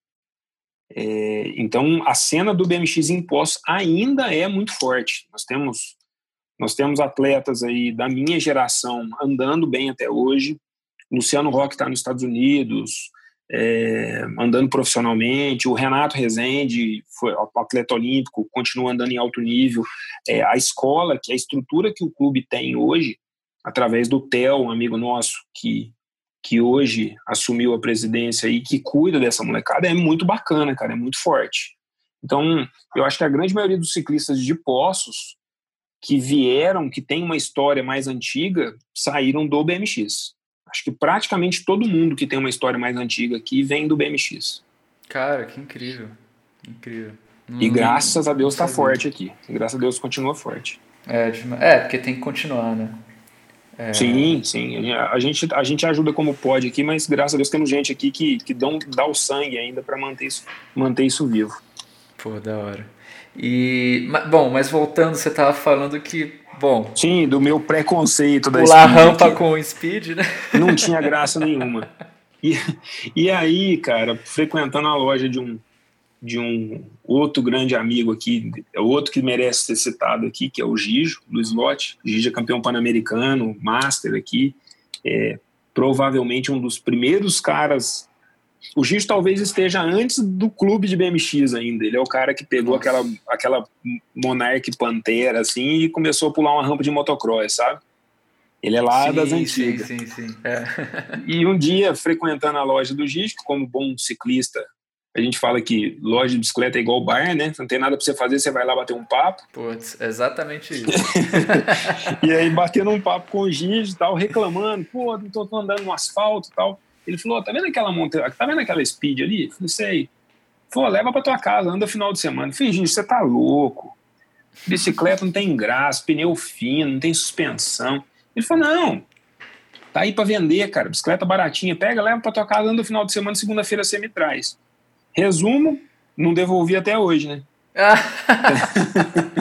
Speaker 2: Então, a cena do BMX em Poços ainda é muito forte. Nós temos atletas aí da minha geração andando bem até hoje. Luciano Roque está nos Estados Unidos, andando profissionalmente. O Renato Rezende foi atleta olímpico, continua andando em alto nível. A escola, a estrutura que o clube tem hoje, através do Theo, um amigo nosso que hoje assumiu a presidência e que cuida dessa molecada, é muito bacana, cara, é muito forte. Então, eu acho que a grande maioria dos ciclistas de Poços que tem uma história mais antiga, saíram do BMX. Acho que praticamente todo mundo que tem uma história mais antiga aqui vem do BMX.
Speaker 1: Cara, que incrível. Incrível.
Speaker 2: E graças a
Speaker 1: Não
Speaker 2: Deus está
Speaker 1: sabia.
Speaker 2: forte aqui. Graças a Deus continua forte.
Speaker 1: Porque tem que continuar, né?
Speaker 2: Sim, sim. A gente ajuda como pode aqui, mas graças a Deus temos gente aqui que dá o sangue ainda para manter isso vivo.
Speaker 1: Pô, da hora. Bom, mas voltando, você tava falando que, bom,
Speaker 2: Sim, do meu preconceito da
Speaker 1: pular
Speaker 2: speed
Speaker 1: rampa
Speaker 2: aqui.
Speaker 1: com speed, né?
Speaker 2: Não tinha graça nenhuma. E, e aí, cara, frequentando a loja de um outro grande amigo aqui, outro que merece ser citado aqui, que é o Gijo, Luiz Lotti. Gijo é campeão pan-americano, master aqui, provavelmente um dos primeiros caras. O Gijo talvez esteja antes do clube de BMX ainda. Ele é o cara que pegou
Speaker 1: Nossa.
Speaker 2: aquela Monarch Pantera assim e começou a pular uma rampa de motocross, sabe? Ele é lá das
Speaker 1: Sim, sim,
Speaker 2: antigas.
Speaker 1: sim, sim.
Speaker 2: E um dia, frequentando a loja do Gijo, como bom ciclista, a gente fala que loja de bicicleta é igual bar, né? Não tem nada pra você fazer, você vai lá bater um papo.
Speaker 1: Putz, exatamente isso.
Speaker 2: E aí, batendo um papo com o Gijo e tal, reclamando, pô, não tô andando no asfalto e tal. Ele falou, tá vendo aquela montanha, tá vendo aquela speed ali? Eu falei, sei. Pô, leva pra tua casa, anda final de semana. Eu falei, Gijo, você tá louco. Bicicleta não tem graça, pneu fino, não tem suspensão. Ele falou, não, tá aí pra vender, cara, bicicleta baratinha, pega, leva pra tua casa, anda no final de semana, segunda-feira você me traz. Resumo, não devolvi até hoje, né?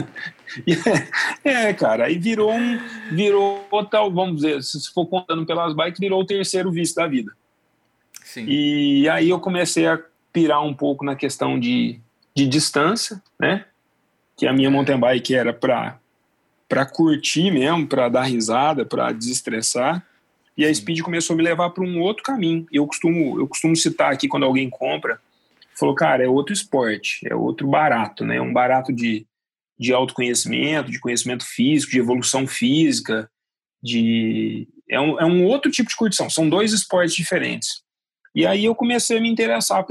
Speaker 2: Cara, aí virou tal, vamos dizer, se for contando pelas bikes, virou o terceiro vício da vida.
Speaker 1: Sim.
Speaker 2: E aí eu comecei a pirar um pouco na questão de distância, né? Que a minha mountain bike era para curtir mesmo, para dar risada, para desestressar. E a Speed começou a me levar para um outro caminho. Eu costumo citar aqui quando alguém compra, falou, cara, é outro esporte, é outro barato, né? Um barato de autoconhecimento, de conhecimento físico, de evolução física, é um outro tipo de curtição. São dois esportes diferentes. E aí eu comecei a me interessar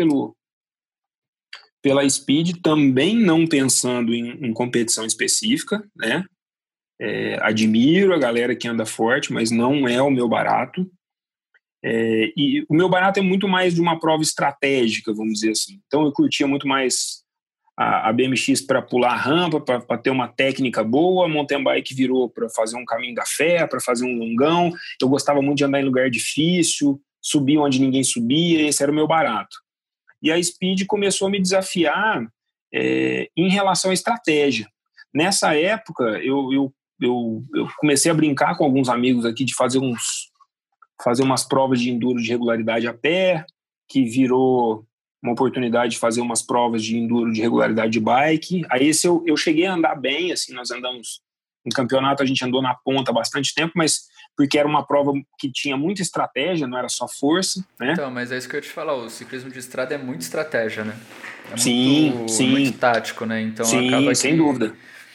Speaker 2: pela Speed, também não pensando em competição específica, né? Admiro a galera que anda forte, mas não é o meu barato. E o meu barato é muito mais de uma prova estratégica, vamos dizer assim. Então eu curtia muito mais a BMX para pular a rampa, para ter uma técnica boa, a mountain bike virou para fazer um caminho da fé, para fazer um longão. Eu gostava muito de andar em lugar difícil, subir onde ninguém subia, esse era o meu barato. E a Speed começou a me desafiar em relação à estratégia. Nessa época, eu comecei a brincar com alguns amigos aqui de fazer umas provas de enduro de regularidade a pé, que virou uma oportunidade de fazer umas provas de enduro de regularidade de bike. Aí esse eu cheguei a andar bem, assim, nós andamos em campeonato, a gente andou na ponta bastante tempo, mas porque era uma prova que tinha muita estratégia, não era só força, né?
Speaker 1: Então, mas é isso que eu ia te falar, o ciclismo de estrada é muito estratégia, né?
Speaker 2: Sim.
Speaker 1: Muito tático, né? Então
Speaker 2: sim,
Speaker 1: acaba
Speaker 2: sem dúvida.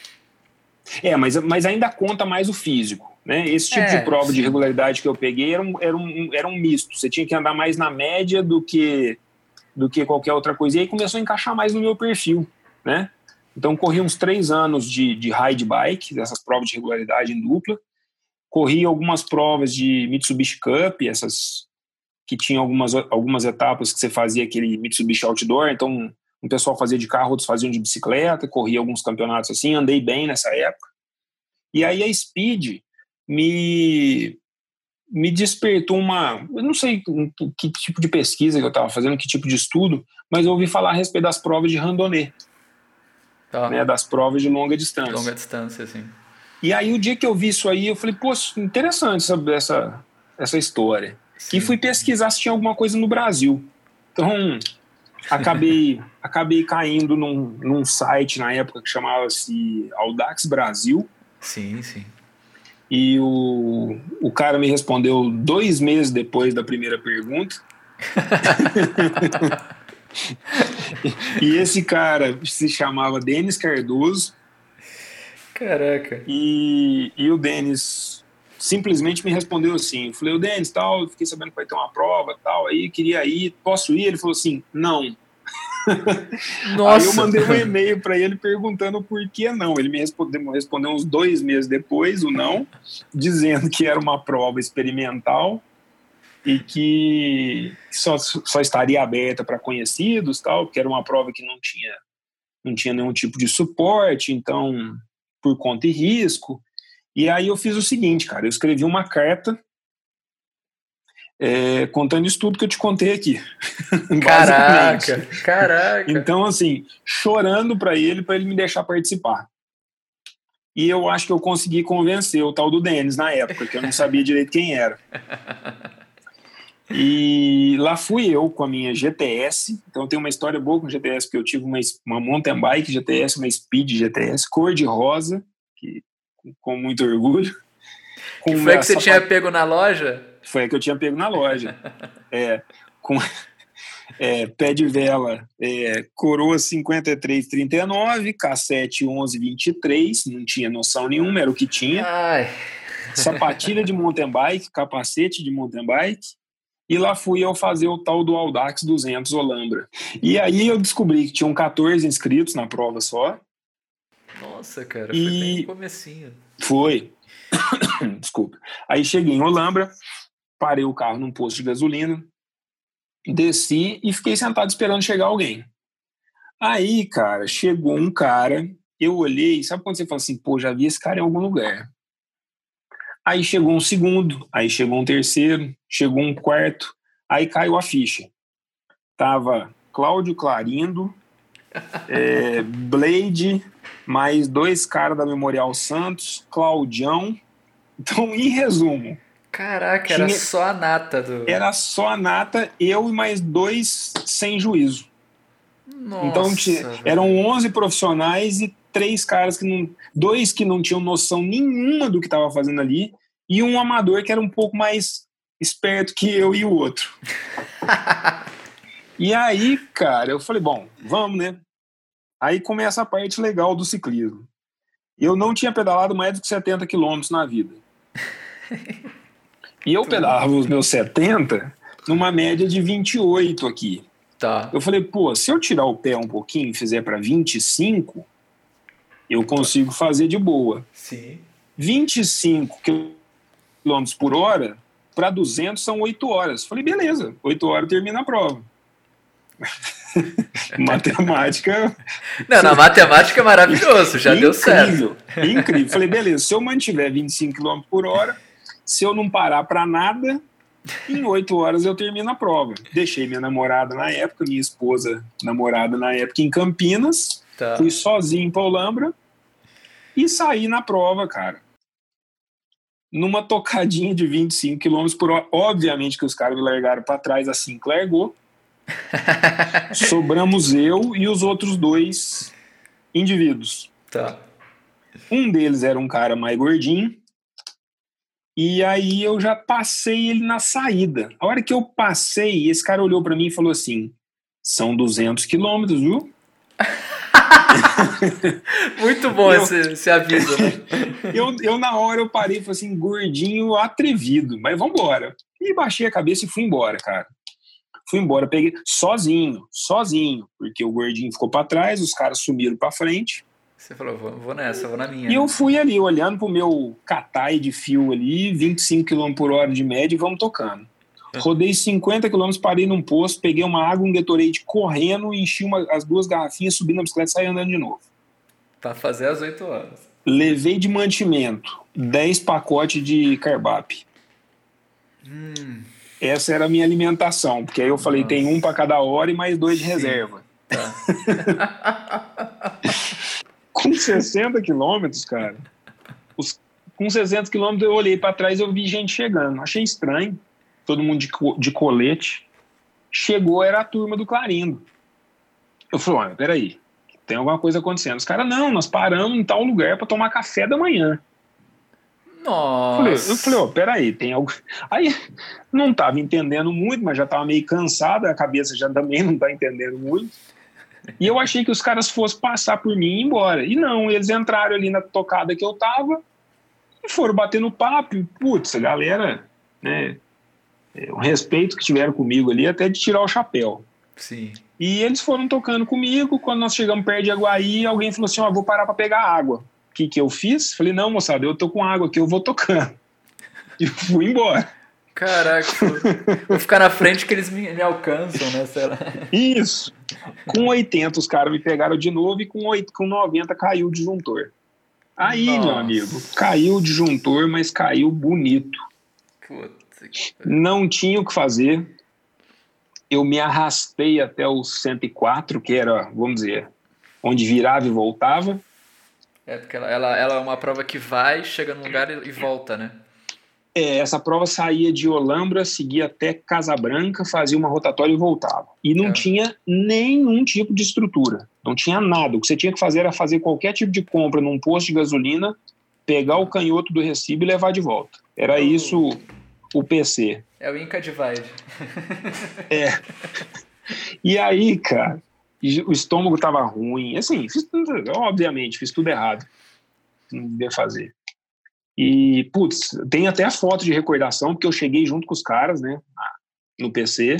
Speaker 2: Mas ainda conta mais o físico, né? Esse tipo de prova de regularidade que eu peguei era um misto. Você tinha que andar mais na média do que qualquer outra coisa. E aí começou a encaixar mais no meu perfil, né? Então corri uns 3 anos de ride bike, dessas provas de regularidade em dupla. Corri algumas provas de Mitsubishi Cup, essas que tinham algumas etapas que você fazia aquele Mitsubishi Outdoor. Então um pessoal fazia de carro, outros faziam de bicicleta. Corri alguns campeonatos assim, andei bem nessa época. E aí a Speed me despertou eu não sei que tipo de pesquisa que eu estava fazendo, que tipo de estudo, mas eu ouvi falar a respeito das provas de randonnée, né, das provas de longa distância.
Speaker 1: Longa distância, sim.
Speaker 2: E aí o dia que eu vi isso aí, eu falei, pô, interessante essa história. Sim. E fui pesquisar se tinha alguma coisa no Brasil. Então, acabei caindo num site na época que chamava-se Audax Brasil.
Speaker 1: Sim.
Speaker 2: E o cara me respondeu 2 meses depois da primeira pergunta. E esse cara se chamava Denis Cardoso.
Speaker 1: Caraca.
Speaker 2: E o Denis simplesmente me respondeu assim. Eu falei, o Denis, tal, eu fiquei sabendo que vai ter uma prova, tal, aí queria ir, posso ir? Ele falou assim, não.
Speaker 1: Nossa.
Speaker 2: Aí eu mandei um e-mail para ele perguntando por que não. Ele me respondeu uns 2 meses depois, o não, dizendo que era uma prova experimental e que só estaria aberta para conhecidos, tal, porque era uma prova que não tinha nenhum tipo de suporte, então, por conta e risco. E aí eu fiz o seguinte, cara, eu escrevi uma carta contando isso tudo que eu te contei aqui.
Speaker 1: Caraca.
Speaker 2: Então, assim, chorando para ele me deixar participar. E eu acho que eu consegui convencer o tal do Denis na época, que eu não sabia direito quem era. E lá fui eu com a minha GTS. Então eu tenho uma história boa com GTS, porque eu tive uma mountain bike GTS, uma Speed GTS, cor de rosa, com muito orgulho.
Speaker 1: Que foi a que você tinha pego na loja?
Speaker 2: Foi a que eu tinha pego na loja. Com pé de vela, coroa 53,39, cassete 11,23, não tinha noção nenhuma, era o que tinha.
Speaker 1: Ai.
Speaker 2: Sapatilha de mountain bike, capacete de mountain bike. E lá fui eu fazer o tal do Audax 200 Olambra. E aí eu descobri que tinham 14 inscritos na prova só.
Speaker 1: Nossa, cara, foi bem no comecinho.
Speaker 2: Foi. Desculpa. Aí cheguei em Olambra, parei o carro num posto de gasolina, desci e fiquei sentado esperando chegar alguém. Aí, cara, chegou um cara, eu olhei, sabe quando você fala assim, pô, já vi esse cara em algum lugar? Aí chegou um segundo, aí chegou um terceiro, chegou um quarto, aí caiu a ficha. Tava Cláudio Clarindo, Blade, mais 2 caras da Memorial Santos, Claudião. Então, em resumo...
Speaker 1: Caraca, era só a nata do...
Speaker 2: Era só a nata, eu e mais 2 sem juízo.
Speaker 1: Nossa,
Speaker 2: então, eram 11 profissionais e 3 caras que não... 2 que não tinham noção nenhuma do que estava fazendo ali e um amador que era um pouco mais esperto que eu e o outro. E aí, cara, eu falei, bom, vamos, né? Aí começa a parte legal do ciclismo. Eu não tinha pedalado mais do que 70 quilômetros na vida. E eu pedalava os meus 70 numa média de 28 aqui.
Speaker 1: Tá.
Speaker 2: Eu falei, pô, se eu tirar o pé um pouquinho e fizer para 25, eu consigo fazer de boa.
Speaker 1: Sim. 25
Speaker 2: km por hora para 200 são 8 horas. Falei, beleza, 8 horas termina a prova. Matemática...
Speaker 1: Não, na matemática é maravilhoso, já deu certo.
Speaker 2: Incrível. Falei, beleza, se eu mantiver 25 km por hora, se eu não parar para nada, em 8 horas eu termino a prova. Deixei minha namorada na época, minha esposa namorada na época em Campinas,
Speaker 1: tá.
Speaker 2: Fui sozinho para Olambra e saí na prova, cara. Numa tocadinha de 25 km por hora. Obviamente que os caras me largaram para trás assim que largou. Sobramos eu e os outros 2 indivíduos.
Speaker 1: Tá.
Speaker 2: Um deles era um cara mais gordinho. E aí eu já passei ele na saída. A hora que eu passei, esse cara olhou para mim e falou assim: são 200 quilômetros, viu?
Speaker 1: Muito bom esse aviso, né?
Speaker 2: eu na hora eu parei e falei assim, gordinho atrevido, mas vambora. E baixei a cabeça e fui embora, cara. Fui embora, peguei sozinho, porque o gordinho ficou para trás, os caras sumiram para frente.
Speaker 1: Você falou, vou nessa, vou na minha.
Speaker 2: E eu fui ali, olhando pro meu catai de fio ali, 25 km por hora de média e vamos tocando. Rodei 50 km, parei num posto, peguei uma água, um Gatorade correndo, enchi as 2 garrafinhas, subi na bicicleta e saí andando de novo.
Speaker 1: Pra fazer as 8 horas.
Speaker 2: Levei de mantimento 10 pacotes de Carbap. Essa era a minha alimentação, porque aí eu falei, tem um para cada hora e mais 2 de reserva.
Speaker 1: Tá.
Speaker 2: Com 60 quilômetros, cara, com 60 quilômetros eu olhei para trás e eu vi gente chegando. Achei estranho, todo mundo de colete. Chegou, era a turma do Clarindo. Eu falei, olha, peraí, tem alguma coisa acontecendo. Os caras, não, nós paramos em tal lugar para tomar café da manhã.
Speaker 1: Nossa.
Speaker 2: Eu falei, peraí, tem algo... Aí, não tava entendendo muito, mas já tava meio cansado, a cabeça já também não tá entendendo muito. E eu achei que os caras fossem passar por mim e ir embora. E não, eles entraram ali na tocada que eu tava e foram batendo papo. E, putz, a galera, né, o respeito que tiveram comigo ali, até de tirar o chapéu.
Speaker 1: Sim.
Speaker 2: E eles foram tocando comigo. Quando nós chegamos perto de Aguaí, alguém falou assim, vou parar para pegar água. O que eu fiz? Falei, não, moçada, eu tô com água aqui, eu vou tocando. E fui embora.
Speaker 1: Caraca, vou ficar na frente que eles me alcançam, né? Sei lá.
Speaker 2: Isso. Com 80 os caras me pegaram de novo e com 90 caiu o disjuntor. Aí,
Speaker 1: Nossa.
Speaker 2: meu amigo, caiu o disjuntor, mas caiu bonito.
Speaker 1: Puta que...
Speaker 2: Não tinha o que fazer. Eu me arrastei até o 104, que era, vamos dizer, onde virava e voltava.
Speaker 1: É, porque ela é uma prova que vai, chega num lugar e volta, né?
Speaker 2: Essa prova saía de Olambra, seguia até Casabranca, fazia uma rotatória e voltava. E não tinha nenhum tipo de estrutura. Não tinha nada. O que você tinha que fazer era fazer qualquer tipo de compra num posto de gasolina, pegar o canhoto do recibo e levar de volta. Era isso o PC.
Speaker 1: É o Inca Divide.
Speaker 2: E aí, cara, o estômago tava ruim. Assim, obviamente, fiz tudo errado. Não devia fazer. E, putz, tem até a foto de recordação, porque eu cheguei junto com os caras, né, no PC,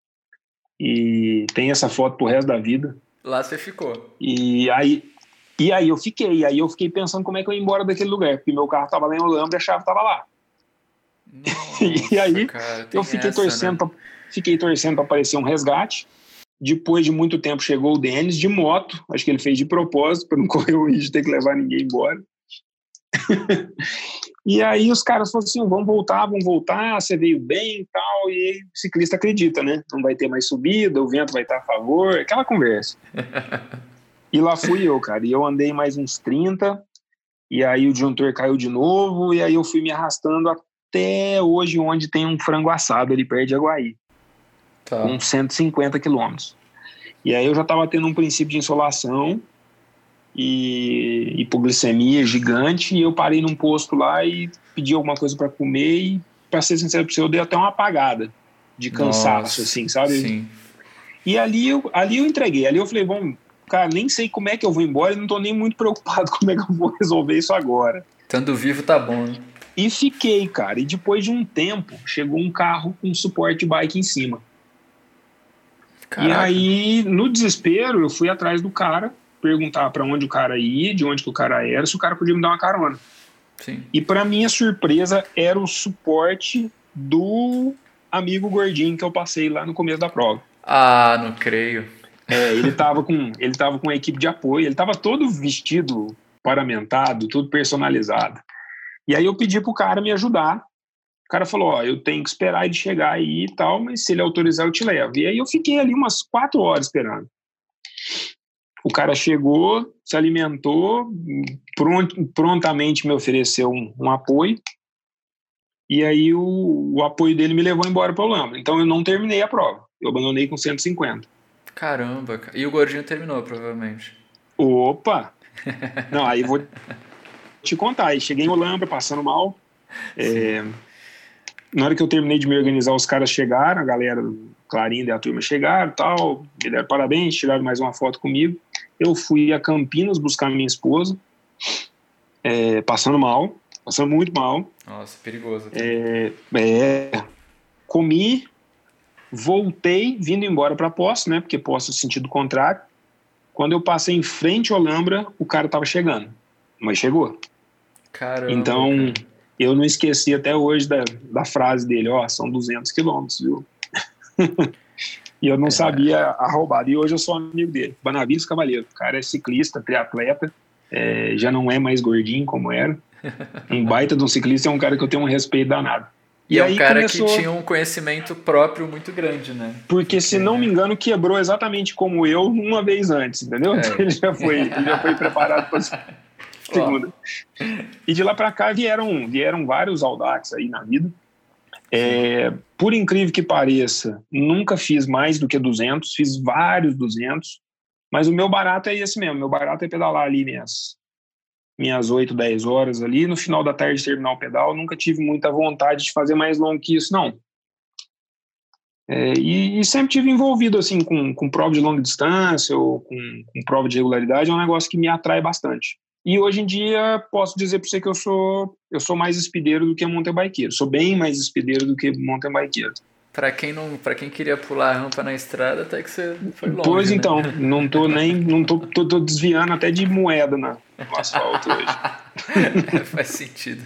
Speaker 2: e tem essa foto pro resto da vida.
Speaker 1: Lá você ficou.
Speaker 2: E aí eu fiquei pensando como é que eu ia embora daquele lugar, porque meu carro tava lá em Olambra e a chave tava lá.
Speaker 1: Nossa,
Speaker 2: e aí,
Speaker 1: cara,
Speaker 2: eu fiquei torcendo, né? Fiquei torcendo para aparecer um resgate. Depois de muito tempo chegou o Denis de moto, acho que ele fez de propósito, para não correr o risco de ter que levar ninguém embora. E aí os caras falaram assim, vamos voltar, você veio bem e tal, e aí, o ciclista acredita, né? Não vai ter mais subida, o vento vai estar a favor, aquela conversa. E lá fui eu, cara. E eu andei mais uns 30, e aí o disjuntor caiu de novo, e aí eu fui me arrastando até hoje, onde tem um frango assado ali perto de Aguaí, com 150 quilômetros. E aí eu já estava tendo um princípio de insolação e hipoglicemia gigante, e eu parei num posto lá e pedi alguma coisa para comer, e para ser sincero para você, eu dei até uma apagada de cansaço, assim, sabe?
Speaker 1: Sim.
Speaker 2: E ali eu entreguei, ali eu falei, bom, cara, nem sei como é que eu vou embora e não tô nem muito preocupado como é que eu vou resolver isso agora.
Speaker 1: Estando vivo tá bom, né?
Speaker 2: E fiquei, cara, e depois de um tempo, chegou um carro com suporte de bike em cima. Caraca. E aí, no desespero, eu fui atrás do cara, perguntar para onde o cara ia, de onde que o cara era, se o cara podia me dar uma carona.
Speaker 1: Sim.
Speaker 2: E para minha surpresa, era o suporte do amigo gordinho que eu passei lá no começo da prova.
Speaker 1: Ah, não creio.
Speaker 2: Ele tava com uma equipe de apoio, ele tava todo vestido, paramentado, tudo personalizado. E aí eu pedi pro cara me ajudar. O cara falou, eu tenho que esperar ele chegar aí e tal, mas se ele autorizar eu te levo. E aí eu fiquei ali umas 4 horas esperando. O cara chegou, se alimentou, prontamente me ofereceu um apoio, e aí o apoio dele me levou embora para o Olambra. Então eu não terminei a prova, eu abandonei com 150.
Speaker 1: Caramba, e o gordinho terminou, provavelmente.
Speaker 2: Opa! Não, aí vou te contar, aí cheguei em Olambra, passando mal, na hora que eu terminei de me organizar, os caras chegaram, a galera Clarinda e a turma chegaram e tal, me deram parabéns, tiraram mais uma foto comigo. Eu fui a Campinas buscar minha esposa, passando muito mal.
Speaker 1: Nossa, perigoso.
Speaker 2: Comi, voltei, vindo embora para Poços, né, porque Poços é sentido contrário. Quando eu passei em frente ao Olambra, o cara tava chegando, mas chegou.
Speaker 1: Caramba,
Speaker 2: então,
Speaker 1: cara.
Speaker 2: Eu não esqueci até hoje da frase dele, são 200 quilômetros, viu? E eu não sabia a roubada. E hoje eu sou amigo dele, Banavides Cavalheiro. O cara é ciclista, triatleta, já não é mais gordinho como era. Um baita de um ciclista, é um cara que eu tenho um respeito danado.
Speaker 1: E é um cara que tinha um conhecimento próprio muito grande, né?
Speaker 2: Porque, se não me engano, quebrou exatamente como eu uma vez antes, entendeu? Então ele já foi preparado para segunda. E de lá para cá vieram vários Audax aí na vida. Por incrível que pareça, nunca fiz mais do que 200, fiz vários 200, mas o meu barato é esse mesmo, meu barato é pedalar ali minhas 8, 10 horas ali, no final da tarde terminar o pedal. Nunca tive muita vontade de fazer mais longo que isso, não. E sempre tive envolvido assim com prova de longa distância ou com prova de regularidade, é um negócio que me atrai bastante. E hoje em dia posso dizer para você que eu sou mais espideiro do que mountain bikeiro. Sou bem mais espideiro do que mountain bikeiro.
Speaker 1: Para quem queria pular a rampa na estrada, até que você foi longe.
Speaker 2: Pois
Speaker 1: né?
Speaker 2: Então, tô desviando até de moeda no asfalto hoje.
Speaker 1: Faz sentido.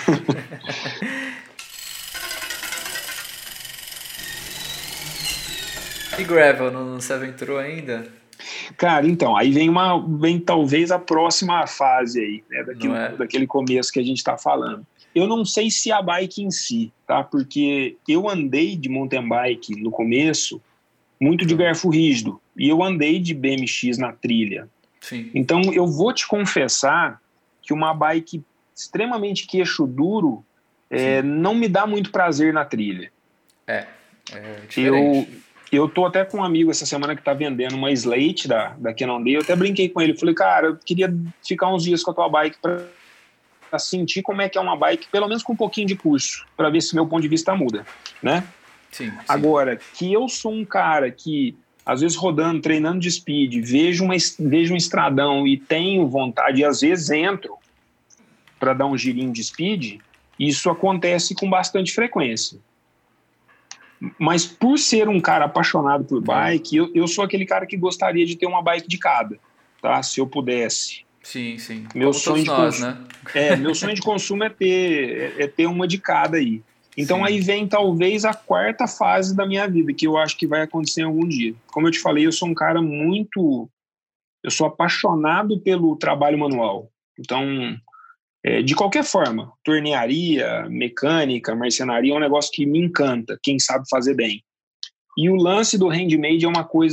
Speaker 1: E gravel, não se aventurou ainda?
Speaker 2: Cara, então, aí vem talvez a próxima fase aí, né, daquele começo que a gente está falando. Eu não sei se a bike em si, tá? Porque eu andei de mountain bike no começo muito de garfo rígido, e eu andei de BMX na trilha.
Speaker 1: Sim.
Speaker 2: Então eu vou te confessar que uma bike extremamente queixo duro não me dá muito prazer na trilha.
Speaker 1: É diferente.
Speaker 2: Eu tô até com um amigo essa semana que tá vendendo uma Slate da Cannondale. Eu até brinquei com ele. Falei, cara, eu queria ficar uns dias com a tua bike pra sentir como é que é uma bike, pelo menos com um pouquinho de curso, para ver se meu ponto de vista muda, né?
Speaker 1: Sim.
Speaker 2: Agora, que eu sou um cara que, às vezes rodando, treinando de speed, vejo um estradão e tenho vontade, e às vezes entro para dar um girinho de speed, isso acontece com bastante frequência. Mas por ser um cara apaixonado por bike, eu sou aquele cara que gostaria de ter uma bike de cada, tá? Se eu pudesse.
Speaker 1: Sim.
Speaker 2: Meu sonho de consumo, né? Meu sonho de consumo é ter uma de cada aí. Então Sim. Aí vem talvez a quarta fase da minha vida, que eu acho que vai acontecer algum dia. Como eu te falei, eu sou um cara eu sou apaixonado pelo trabalho manual. Então, de qualquer forma, tornearia, mecânica, marcenaria é um negócio que me encanta, quem sabe fazer bem. E o lance do handmade é uma coisa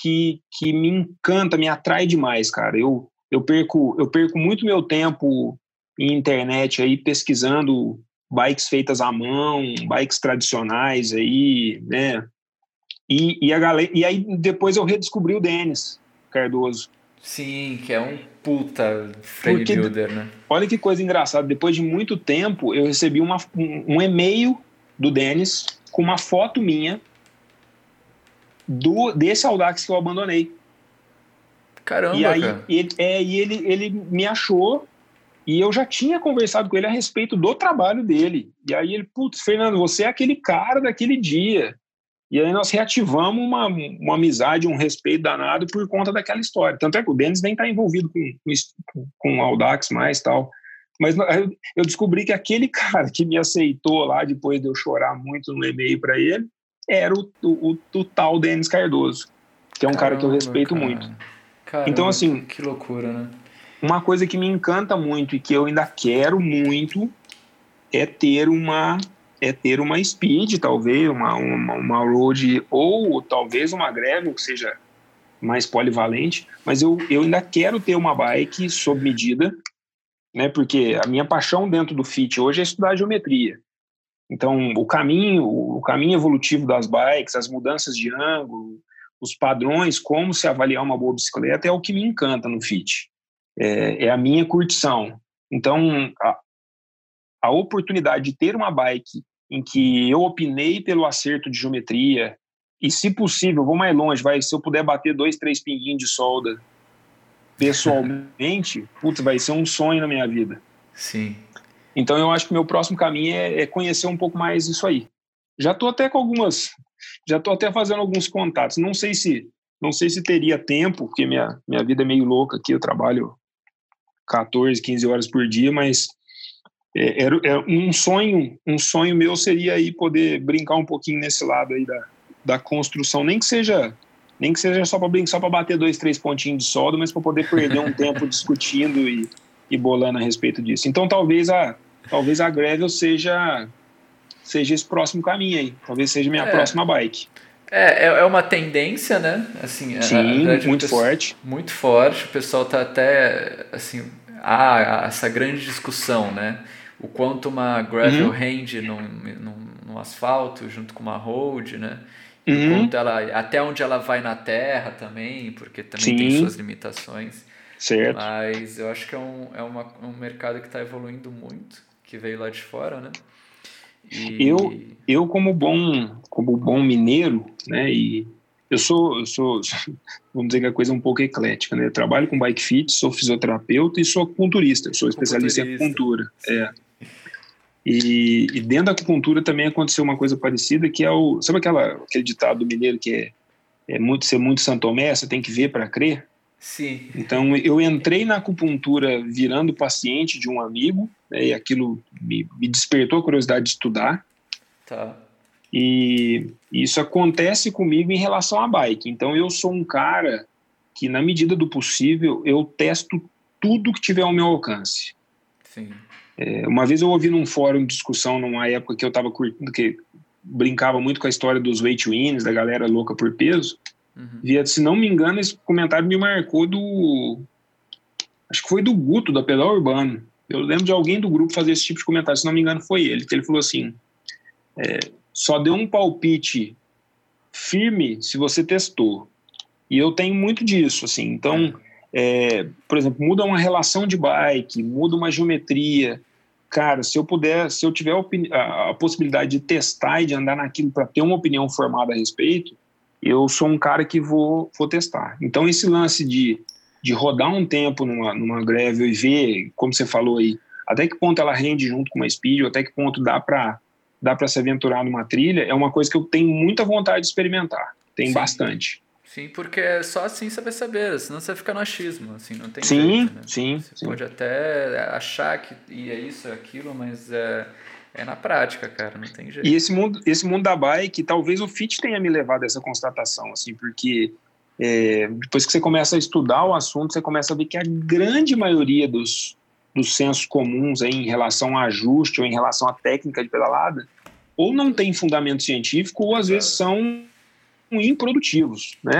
Speaker 2: que me encanta, me atrai demais, cara. Eu perco muito meu tempo em internet aí pesquisando bikes feitas à mão, bikes tradicionais aí, né? E aí depois eu redescobri o Denis Cardoso.
Speaker 1: Sim, que é um puta frame
Speaker 2: Porque,
Speaker 1: builder, né?
Speaker 2: olha que coisa engraçada, depois de muito tempo eu recebi um e-mail do Denis com uma foto minha desse Audax que eu abandonei.
Speaker 1: Caramba,
Speaker 2: E aí
Speaker 1: cara.
Speaker 2: ele me achou e eu já tinha conversado com ele a respeito do trabalho dele. E aí ele, putz, Fernando, você é aquele cara daquele dia. E aí nós reativamos uma amizade, um respeito danado por conta daquela história. Tanto é que o Denis nem está envolvido com o Audax mais e tal. Mas eu descobri que aquele cara que me aceitou lá, depois de eu chorar muito no e-mail para ele, era o tal Denis Cardoso, que é um cara que eu respeito muito.
Speaker 1: Caramba,
Speaker 2: Então, assim,
Speaker 1: que loucura, né?
Speaker 2: uma coisa que me encanta muito e que eu ainda quero muito é ter uma speed, talvez, uma road, ou talvez uma gravel, que seja mais polivalente, mas eu ainda quero ter uma bike sob medida, né, porque a minha paixão dentro do fit hoje é estudar geometria. Então, o caminho evolutivo das bikes, as mudanças de ângulo, os padrões, como se avaliar uma boa bicicleta, é o que me encanta no fit. É a minha curtição. Então, a oportunidade de ter uma bike em que eu opinei pelo acerto de geometria e, se possível, vou mais longe, se eu puder bater 2, 3 pinguinhos de solda pessoalmente, putz, vai ser um sonho na minha vida.
Speaker 1: Sim.
Speaker 2: Então eu acho que meu próximo caminho é conhecer um pouco mais isso aí. Já estou até fazendo alguns contatos. Não sei se teria tempo, porque minha vida é meio louca aqui, eu trabalho 14, 15 horas por dia, mas era um sonho meu seria aí poder brincar um pouquinho nesse lado aí da construção, nem que seja só para brincar, só para bater 2, 3 pontinhos de solda, mas para poder perder um tempo discutindo e bolando a respeito disso. Então talvez a gravel seja esse próximo caminho aí, talvez seja minha próxima bike.
Speaker 1: É uma tendência, né? Assim,
Speaker 2: Sim, muito forte.
Speaker 1: Muito forte. O pessoal tá até, assim, essa grande discussão, né? O quanto uma gravel rende no asfalto junto com uma road, né? E o quanto até onde ela vai na terra também, porque também tem suas limitações.
Speaker 2: Certo.
Speaker 1: Mas eu acho que é um mercado que está evoluindo muito, que veio lá de fora, né?
Speaker 2: Eu como bom mineiro, né, e eu sou, vamos dizer que a coisa é um pouco eclética, né, eu trabalho com bike fit, sou fisioterapeuta e sou acupunturista, eu sou especialista em acupuntura, e dentro da acupuntura também aconteceu uma coisa parecida, que é sabe aquele ditado do mineiro que é ser muito São Tomé, você tem que ver para crer?
Speaker 1: Sim.
Speaker 2: Então, eu entrei na acupuntura virando paciente de um amigo, né, e aquilo me despertou a curiosidade de estudar.
Speaker 1: Tá.
Speaker 2: E isso acontece comigo em relação à bike. Então, eu sou um cara que, na medida do possível, eu testo tudo que tiver ao meu alcance.
Speaker 1: Sim.
Speaker 2: Uma vez eu ouvi num fórum de discussão, numa época que eu estava curtindo, que brincava muito com a história dos weight wins, da galera louca por peso. Se não me engano, esse comentário me marcou acho que foi do Guto, da Pedal Urbano. Eu lembro de alguém do grupo fazer esse tipo de comentário, se não me engano foi ele, que ele falou assim, só deu um palpite firme se você testou. E eu tenho muito disso, assim. Então, por exemplo, muda uma relação de bike, muda uma geometria. Cara, se eu tiver a possibilidade de testar e de andar naquilo para ter uma opinião formada a respeito, eu sou um cara que vou testar. Então, esse lance de rodar um tempo numa gravel e ver, como você falou aí, até que ponto ela rende junto com uma speed, ou até que ponto dá para se aventurar numa trilha, é uma coisa que eu tenho muita vontade de experimentar. Tem bastante.
Speaker 1: Sim, porque é só assim você vai saber, senão você fica no achismo, assim, não tem
Speaker 2: jeito,
Speaker 1: né?
Speaker 2: Sim.
Speaker 1: Pode até achar que é isso, é aquilo, mas é na prática, cara, não tem jeito.
Speaker 2: E esse mundo da bike, talvez o fit tenha me levado a essa constatação, assim, porque depois que você começa a estudar o assunto, você começa a ver que a grande maioria dos sensos comuns aí em relação a ajuste ou em relação à técnica de pedalada, ou não tem fundamento científico, ou às vezes são improdutivos, né?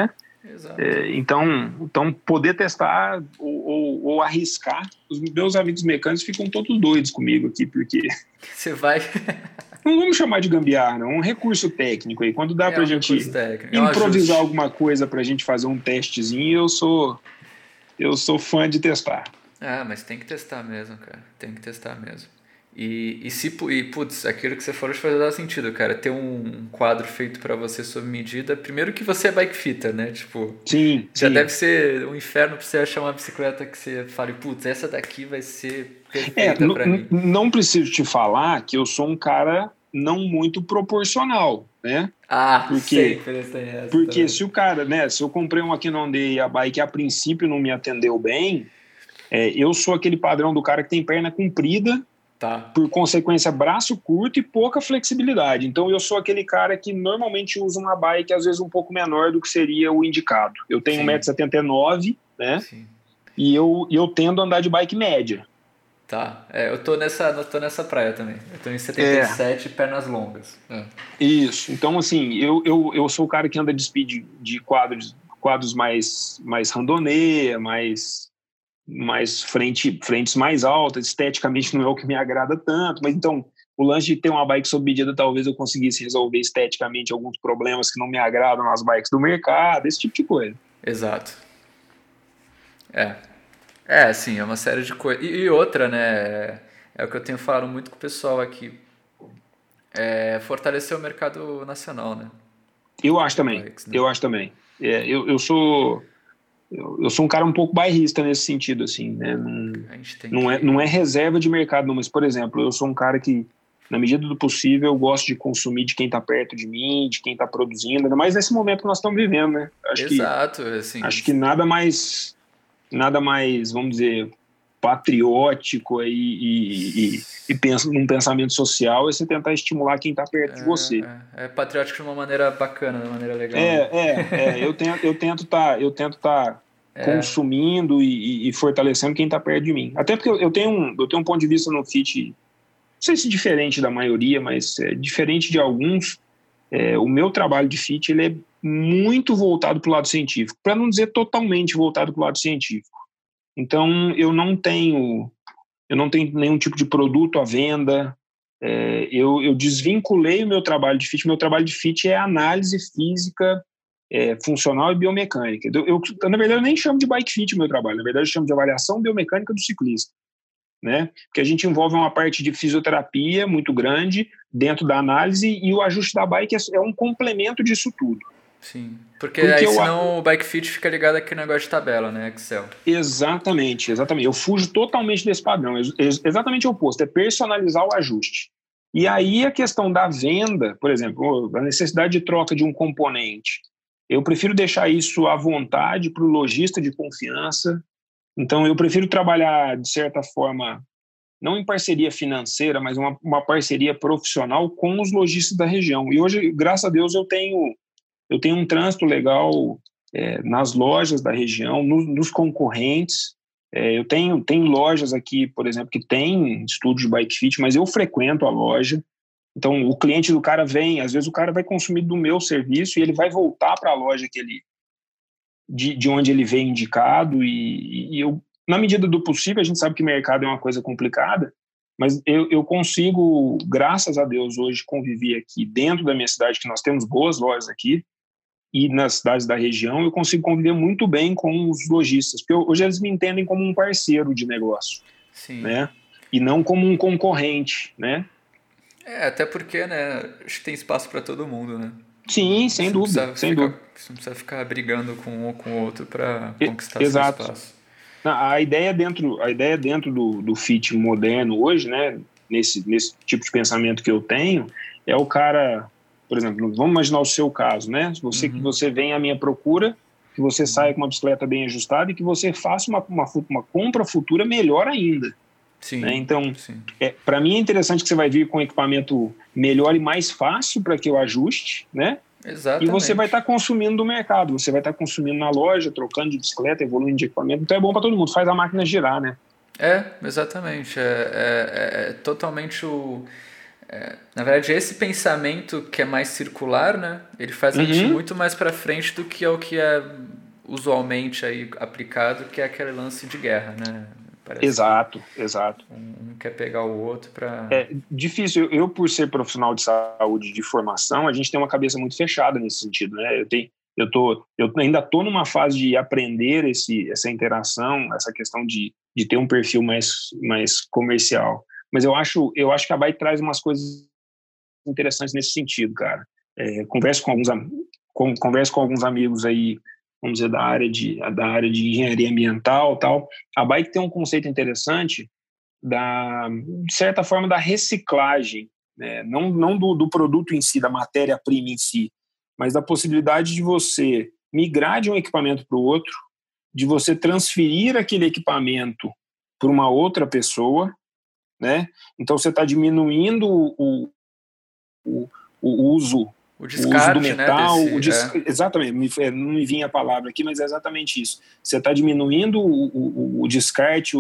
Speaker 1: Exato.
Speaker 2: Então, poder testar ou arriscar, os meus amigos mecânicos ficam todos doidos comigo aqui, porque
Speaker 1: Você vai...
Speaker 2: não vamos chamar de gambiarra, não, é um recurso técnico aí. Quando dá pra
Speaker 1: um
Speaker 2: gente
Speaker 1: recurso técnico,
Speaker 2: improvisar alguma coisa pra gente fazer um testezinho, eu sou fã de testar.
Speaker 1: Mas tem que testar mesmo, cara. Tem que testar mesmo. Putz, aquilo que você falou faz dar sentido, cara. Ter um quadro feito pra você sob medida. Primeiro que você é bike fitter, né? Tipo,
Speaker 2: sim.
Speaker 1: Deve ser um inferno pra você achar uma bicicleta que você fale, putz, essa daqui vai ser perfeita pra mim.
Speaker 2: Não preciso te falar que eu sou um cara não muito proporcional, né?
Speaker 1: Sempre tem essa.
Speaker 2: Porque
Speaker 1: também.
Speaker 2: se o cara, né? Se eu comprei uma Cannondale e a bike a princípio não me atendeu bem, eu sou aquele padrão do cara que tem perna comprida, por consequência braço curto e pouca flexibilidade. Então eu sou aquele cara que normalmente usa uma bike às vezes um pouco menor do que seria o indicado. Eu tenho 1,79 m, né?
Speaker 1: Sim.
Speaker 2: E eu tendo a andar de bike média.
Speaker 1: Eu tô nessa praia também. Eu tô em 77, pernas longas.
Speaker 2: Isso. Então, assim, eu sou o cara que anda de speed de quadros mais randonnée, mais frentes mais altas, esteticamente não é o que me agrada tanto, mas então o lance de ter uma bike sob medida talvez eu conseguisse resolver esteticamente alguns problemas que não me agradam nas bikes do mercado, esse tipo de coisa.
Speaker 1: Exato. Sim, é uma série de coisas. E outra, né, é o que eu tenho falado muito com o pessoal aqui, fortalecer o mercado nacional, né?
Speaker 2: Eu acho também,
Speaker 1: bikes, né?
Speaker 2: eu acho também. Eu sou um cara um pouco bairrista nesse sentido, assim, né? Não é reserva de mercado, não, mas, por exemplo, eu sou um cara que, na medida do possível, eu gosto de consumir de quem está perto de mim, de quem está produzindo, ainda mais nesse momento que nós estamos vivendo, né? Acho que nada mais, vamos dizer, patriótico aí e pensa num pensamento social é você tentar estimular quem está perto de você.
Speaker 1: É patriótico de uma maneira bacana, de uma maneira legal.
Speaker 2: Eu tento tá consumindo e fortalecendo quem está perto de mim. Até porque eu tenho um ponto de vista no fit, não sei se diferente da maioria, mas diferente de alguns. O meu trabalho de fit ele é muito voltado para o lado científico, para não dizer totalmente voltado para o lado científico. Então, eu não tenho nenhum tipo de produto à venda. Eu desvinculei o meu trabalho de fit. Meu trabalho de fit é análise física, funcional e biomecânica. Na verdade, eu nem chamo de bike fit o meu trabalho. Na verdade, eu chamo de avaliação biomecânica do ciclista, né? Porque a gente envolve uma parte de fisioterapia muito grande dentro da análise e o ajuste da bike é um complemento disso tudo.
Speaker 1: Sim, porque aí senão o bike fit fica ligado aqui no negócio de tabela, né, Excel.
Speaker 2: Exatamente. Eu fujo totalmente desse padrão, exatamente o oposto, é personalizar o ajuste. E aí a questão da venda, por exemplo, a necessidade de troca de um componente, eu prefiro deixar isso à vontade para o lojista de confiança. Então eu prefiro trabalhar, de certa forma, não em parceria financeira, mas uma parceria profissional com os lojistas da região. E hoje, graças a Deus, eu tenho um trânsito legal nas lojas da região, nos concorrentes. Eu tenho lojas aqui, por exemplo, que tem estúdio de bike fit, mas eu frequento a loja. Então, o cliente do cara vem, às vezes o cara vai consumir do meu serviço e ele vai voltar para a loja de onde ele veio indicado. E eu, na medida do possível, a gente sabe que mercado é uma coisa complicada, mas eu consigo, graças a Deus, hoje conviver aqui dentro da minha cidade, que nós temos boas lojas aqui, e nas cidades da região, eu consigo conviver muito bem com os lojistas, porque hoje eles me entendem como um parceiro de negócio,
Speaker 1: Sim.
Speaker 2: Né? E não como um concorrente, né?
Speaker 1: Até porque, né, acho que tem espaço para todo mundo, né?
Speaker 2: Sim, sem dúvida.
Speaker 1: Você não precisa ficar brigando com um ou com o outro para conquistar seu espaço.
Speaker 2: A ideia dentro do fit moderno hoje, né, nesse tipo de pensamento que eu tenho, é o cara, por exemplo, vamos imaginar o seu caso, né? Que você vem à minha procura, que você saia com uma bicicleta bem ajustada e que você faça uma compra futura melhor ainda.
Speaker 1: Sim,
Speaker 2: né? Então, para mim é interessante que você vai vir com equipamento melhor e mais fácil para que eu ajuste, né?
Speaker 1: Exatamente.
Speaker 2: E você vai estar consumindo do mercado, você vai estar consumindo na loja, trocando de bicicleta, evoluindo de equipamento. Então é bom para todo mundo, faz a máquina girar, né?
Speaker 1: Exatamente. É totalmente Na verdade, esse pensamento que é mais circular, né? Ele faz a gente ir muito mais para frente do que é o que é usualmente aí aplicado, que é aquele lance de guerra, né? Parece
Speaker 2: Exato.
Speaker 1: um quer pegar o outro para...
Speaker 2: É difícil. Eu, por ser profissional de saúde de formação, a gente tem uma cabeça muito fechada nesse sentido, né? Eu ainda estou numa fase de aprender essa interação, essa questão de ter um perfil mais comercial. Mas eu acho que a Bike traz umas coisas interessantes nesse sentido, cara. Converso com alguns amigos aí, vamos dizer, da área de engenharia ambiental, tal. A Bike tem um conceito interessante de certa forma, da reciclagem, né? Não do produto em si, da matéria-prima em si, mas da possibilidade de você migrar de um equipamento para o outro, de você transferir aquele equipamento para uma outra pessoa, né? Então você está diminuindo o uso do metal,
Speaker 1: né,
Speaker 2: exatamente, não me vinha a palavra aqui, mas é exatamente isso. Você está diminuindo o descarte,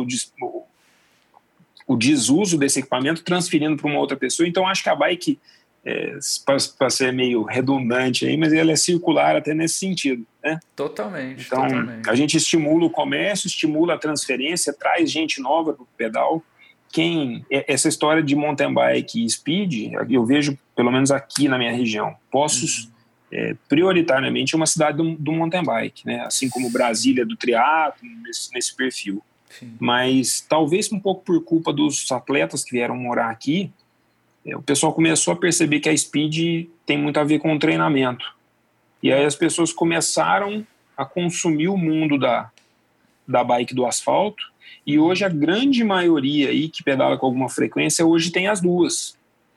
Speaker 2: o desuso desse equipamento, transferindo para uma outra pessoa. Então acho que a Bike, para ser meio redundante aí, mas ela é circular até nesse sentido, né?
Speaker 1: Totalmente.
Speaker 2: A gente estimula o comércio, estimula a transferência, traz gente nova para o pedal. Essa história de mountain bike e speed, eu vejo, pelo menos aqui na minha região, Poços, prioritariamente uma cidade do mountain bike, né? Assim como Brasília do triatlo, nesse perfil.
Speaker 1: Sim.
Speaker 2: Mas talvez um pouco por culpa dos atletas que vieram morar aqui, o pessoal começou a perceber que a speed tem muito a ver com o treinamento. E aí as pessoas começaram a consumir o mundo da bike do asfalto. E hoje a grande maioria aí que pedala com alguma frequência hoje tem as duas.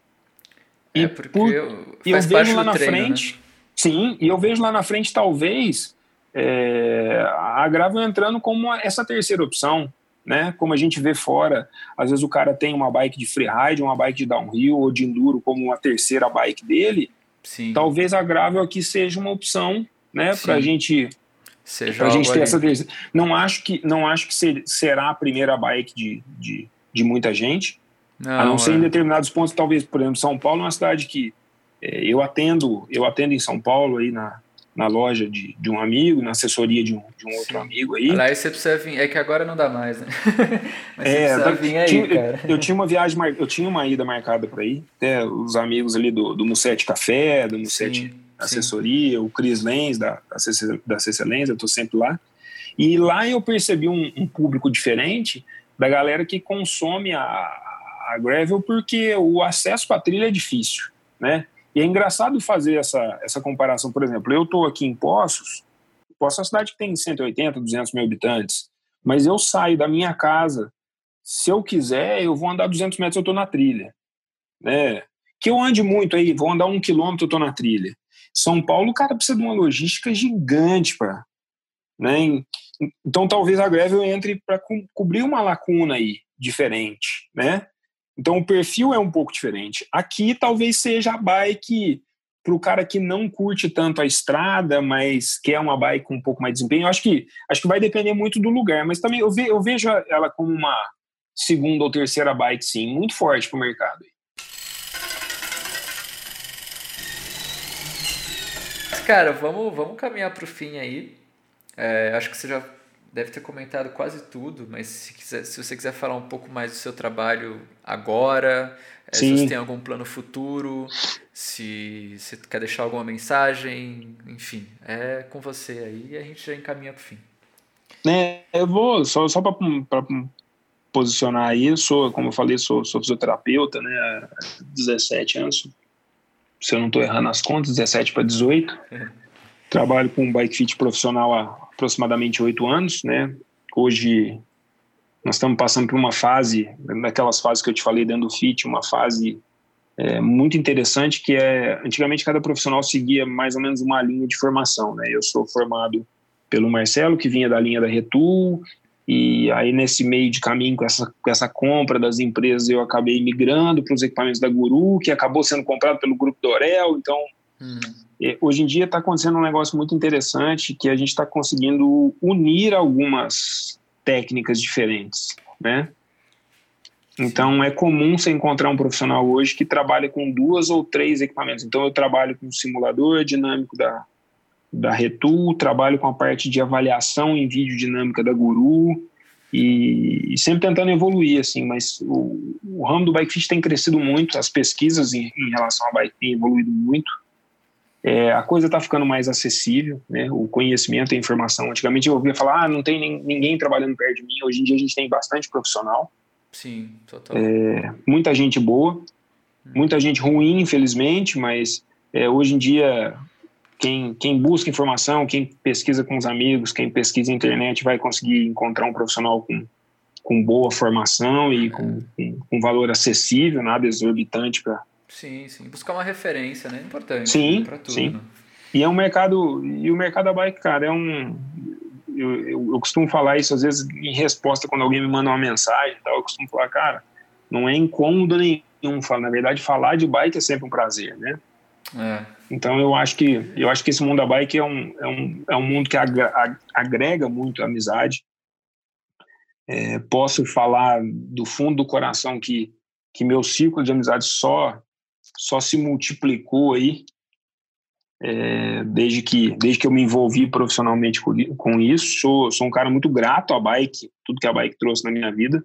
Speaker 1: Eu vejo lá na frente, né?
Speaker 2: Sim, e eu vejo lá na frente talvez a Gravel entrando como essa terceira opção, né? Como a gente vê fora, às vezes o cara tem uma bike de freeride, uma bike de downhill ou de enduro como uma terceira bike dele.
Speaker 1: Sim.
Speaker 2: Talvez a Gravel aqui seja uma opção, né? Para a gente ter essa terceira. Não acho que será a primeira bike de muita gente, a não ser em determinados pontos. Talvez, por exemplo, São Paulo é uma cidade que eu atendo em São Paulo aí na loja de um amigo, na assessoria de um outro amigo aí.
Speaker 1: Aliás, você precisa vir, é que agora não dá mais, né? Mas você precisa vir aí, cara.
Speaker 2: Eu tinha uma viagem, eu tinha uma ida marcada para ir, até os amigos ali do Musset Café, do Musset Assessoria, o Chris Lenz da CC Lenz, eu tô sempre lá. E lá eu percebi um público diferente da galera que consome a gravel, porque o acesso para a trilha é difícil, né? E é engraçado fazer essa comparação. Por exemplo, eu estou aqui em Poços é uma cidade que tem 180, 200 mil habitantes, mas eu saio da minha casa, se eu quiser, eu vou andar 200 metros, eu estou na trilha, né? Que eu ande muito aí, vou andar 1 quilômetro, eu estou na trilha. São Paulo, o cara precisa de uma logística gigante, né? Então talvez a gravel entre para cobrir uma lacuna aí diferente, né? Então o perfil é um pouco diferente. Aqui talvez seja a bike para o cara que não curte tanto a estrada, mas quer uma bike com um pouco mais de desempenho. Eu acho que vai depender muito do lugar, mas também eu vejo ela como uma segunda ou terceira bike, sim, muito forte para o mercado.
Speaker 1: Cara, vamos caminhar para o fim aí. Acho que você já deve ter comentado quase tudo, mas se você quiser falar um pouco mais do seu trabalho agora, se você tem algum plano futuro, se você quer deixar alguma mensagem, enfim, é com você aí e a gente já encaminha para o fim.
Speaker 2: Eu vou, só para posicionar aí, como eu falei, sou fisioterapeuta, né, há 17 anos, se eu não estou errando as contas, 17 para 18. Trabalho com bike fit profissional há aproximadamente 8 anos, né? Hoje nós estamos passando por uma fase, daquelas fases que eu te falei dentro do fit, uma fase muito interessante, que antigamente cada profissional seguia mais ou menos uma linha de formação, né? Eu sou formado pelo Marcelo, que vinha da linha da Retul, e aí nesse meio de caminho com essa compra das empresas eu acabei migrando para os equipamentos da Guru, que acabou sendo comprado pelo Grupo Dorel. Então hoje em dia está acontecendo um negócio muito interessante, que a gente está conseguindo unir algumas técnicas diferentes, né? Então, é comum você encontrar um profissional hoje que trabalha com 2 ou 3 equipamentos. Então, eu trabalho com o simulador dinâmico da Retul, trabalho com a parte de avaliação em vídeo dinâmica da Guru e sempre tentando evoluir, assim, mas o ramo do bike fit tem crescido muito, as pesquisas em relação ao bike têm evoluído muito, a coisa está ficando mais acessível, né? O conhecimento e a informação. Antigamente eu ouvia falar, não tem ninguém trabalhando perto de mim, hoje em dia a gente tem bastante profissional.
Speaker 1: Sim, total.
Speaker 2: Muita gente boa, muita gente ruim, infelizmente, mas hoje em dia quem busca informação, quem pesquisa com os amigos, quem pesquisa na internet vai conseguir encontrar um profissional com boa formação e com valor acessível, nada exorbitante para...
Speaker 1: Sim, buscar uma referência, né? Importante.
Speaker 2: Sim,
Speaker 1: pra tudo.
Speaker 2: Sim. E o mercado da bike, cara, eu costumo falar isso às vezes em resposta quando alguém me manda uma mensagem e tal, eu costumo falar, cara, não é incômodo nenhum, na verdade falar de bike é sempre um prazer, né? Então eu acho que esse mundo da bike é um mundo que agrega muito a amizade. Posso falar do fundo do coração que meu círculo de amizade só se multiplicou aí desde que eu me envolvi profissionalmente com isso. Sou um cara muito grato à bike, tudo que a bike trouxe na minha vida,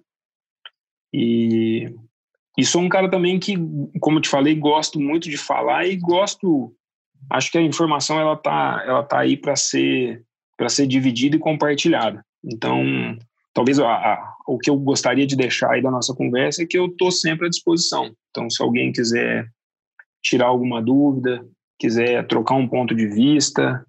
Speaker 2: e sou um cara também que, como eu te falei, gosto muito de falar e acho que a informação ela tá aí para ser dividida e compartilhada. Então, talvez o que eu gostaria de deixar aí da nossa conversa é que eu estou sempre à disposição. Então, se alguém quiser tirar alguma dúvida, quiser trocar um ponto de vista,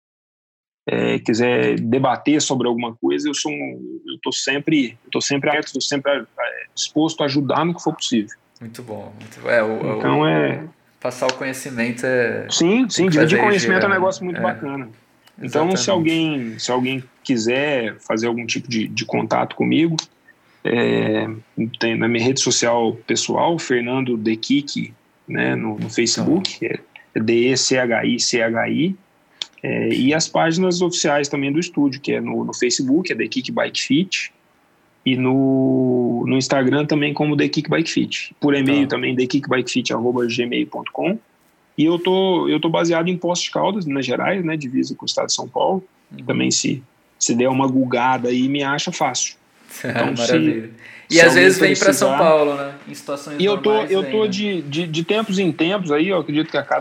Speaker 2: quiser debater sobre alguma coisa, eu estou sempre aberto, estou sempre disposto a ajudar no que for possível.
Speaker 1: Muito bom.
Speaker 2: Então
Speaker 1: passar o conhecimento
Speaker 2: Sim, dividir conhecimento é um negócio muito bacana. Então,
Speaker 1: exatamente.
Speaker 2: se alguém quiser fazer algum tipo de contato comigo, tem na minha rede social pessoal, Fernando Dequic, né, no Facebook, DECHICHI, e as páginas oficiais também do estúdio, que é no Facebook, é Dequic Bike Fit, e no Instagram também como Dequic Bike Fit. Por e-mail também, dequicbikefit@gmail.com. E eu tô baseado em Poços de Caldas, Minas Gerais, né, divisa com o estado de São Paulo. Também se der uma gulgada aí, me acha fácil. Então,
Speaker 1: maravilha. E às vezes vem para São Paulo, né? Em situações normais.
Speaker 2: E eu tô de tempos em tempos aí, eu acredito que a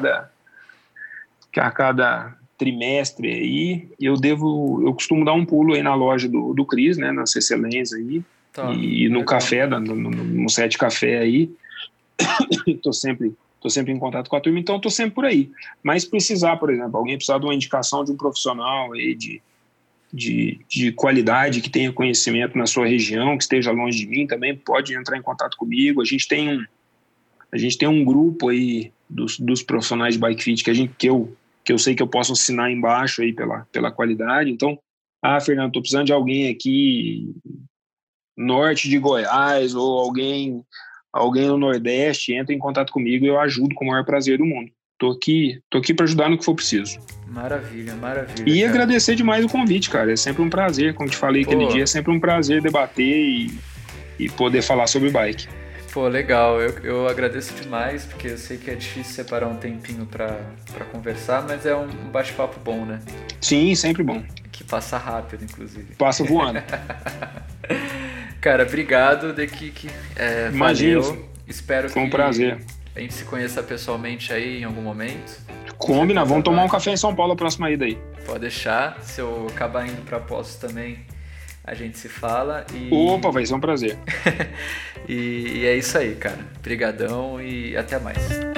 Speaker 2: cada trimestre aí, eu costumo dar um pulo aí na loja do Cris, né, na CC Lens aí, e no café, no Sete Café aí. Tô sempre em contato com a turma, então tô sempre por aí. Mas precisar, por exemplo, alguém precisar de uma indicação de um profissional aí de qualidade, que tenha conhecimento na sua região, que esteja longe de mim, também pode entrar em contato comigo. A gente tem um grupo aí dos profissionais de bike fit que eu sei que eu posso assinar embaixo aí pela qualidade. Então, Fernando, tô precisando de alguém aqui norte de Goiás ou alguém no Nordeste, entra em contato comigo e eu ajudo com o maior prazer do mundo. Tô aqui para ajudar no que for preciso.
Speaker 1: Maravilha.
Speaker 2: E cara, agradecer demais o convite, cara. É sempre um prazer, como te falei aquele dia, é sempre um prazer debater e poder falar sobre bike.
Speaker 1: Pô, legal. Eu agradeço demais, porque eu sei que é difícil separar um tempinho para conversar, mas é um bate-papo bom, né?
Speaker 2: Sim, sempre bom.
Speaker 1: Que passa rápido, inclusive.
Speaker 2: Passa voando.
Speaker 1: Cara, obrigado, Dequic.
Speaker 2: Imagina.
Speaker 1: Espero
Speaker 2: Foi um prazer.
Speaker 1: A gente se conheça pessoalmente aí em algum momento.
Speaker 2: Combina, vamos tomar um café em São Paulo a próxima ida aí.
Speaker 1: Pode deixar. Se eu acabar indo para Poços também, a gente se fala.
Speaker 2: Opa, vai ser um prazer.
Speaker 1: E é isso aí, cara. Brigadão e até mais.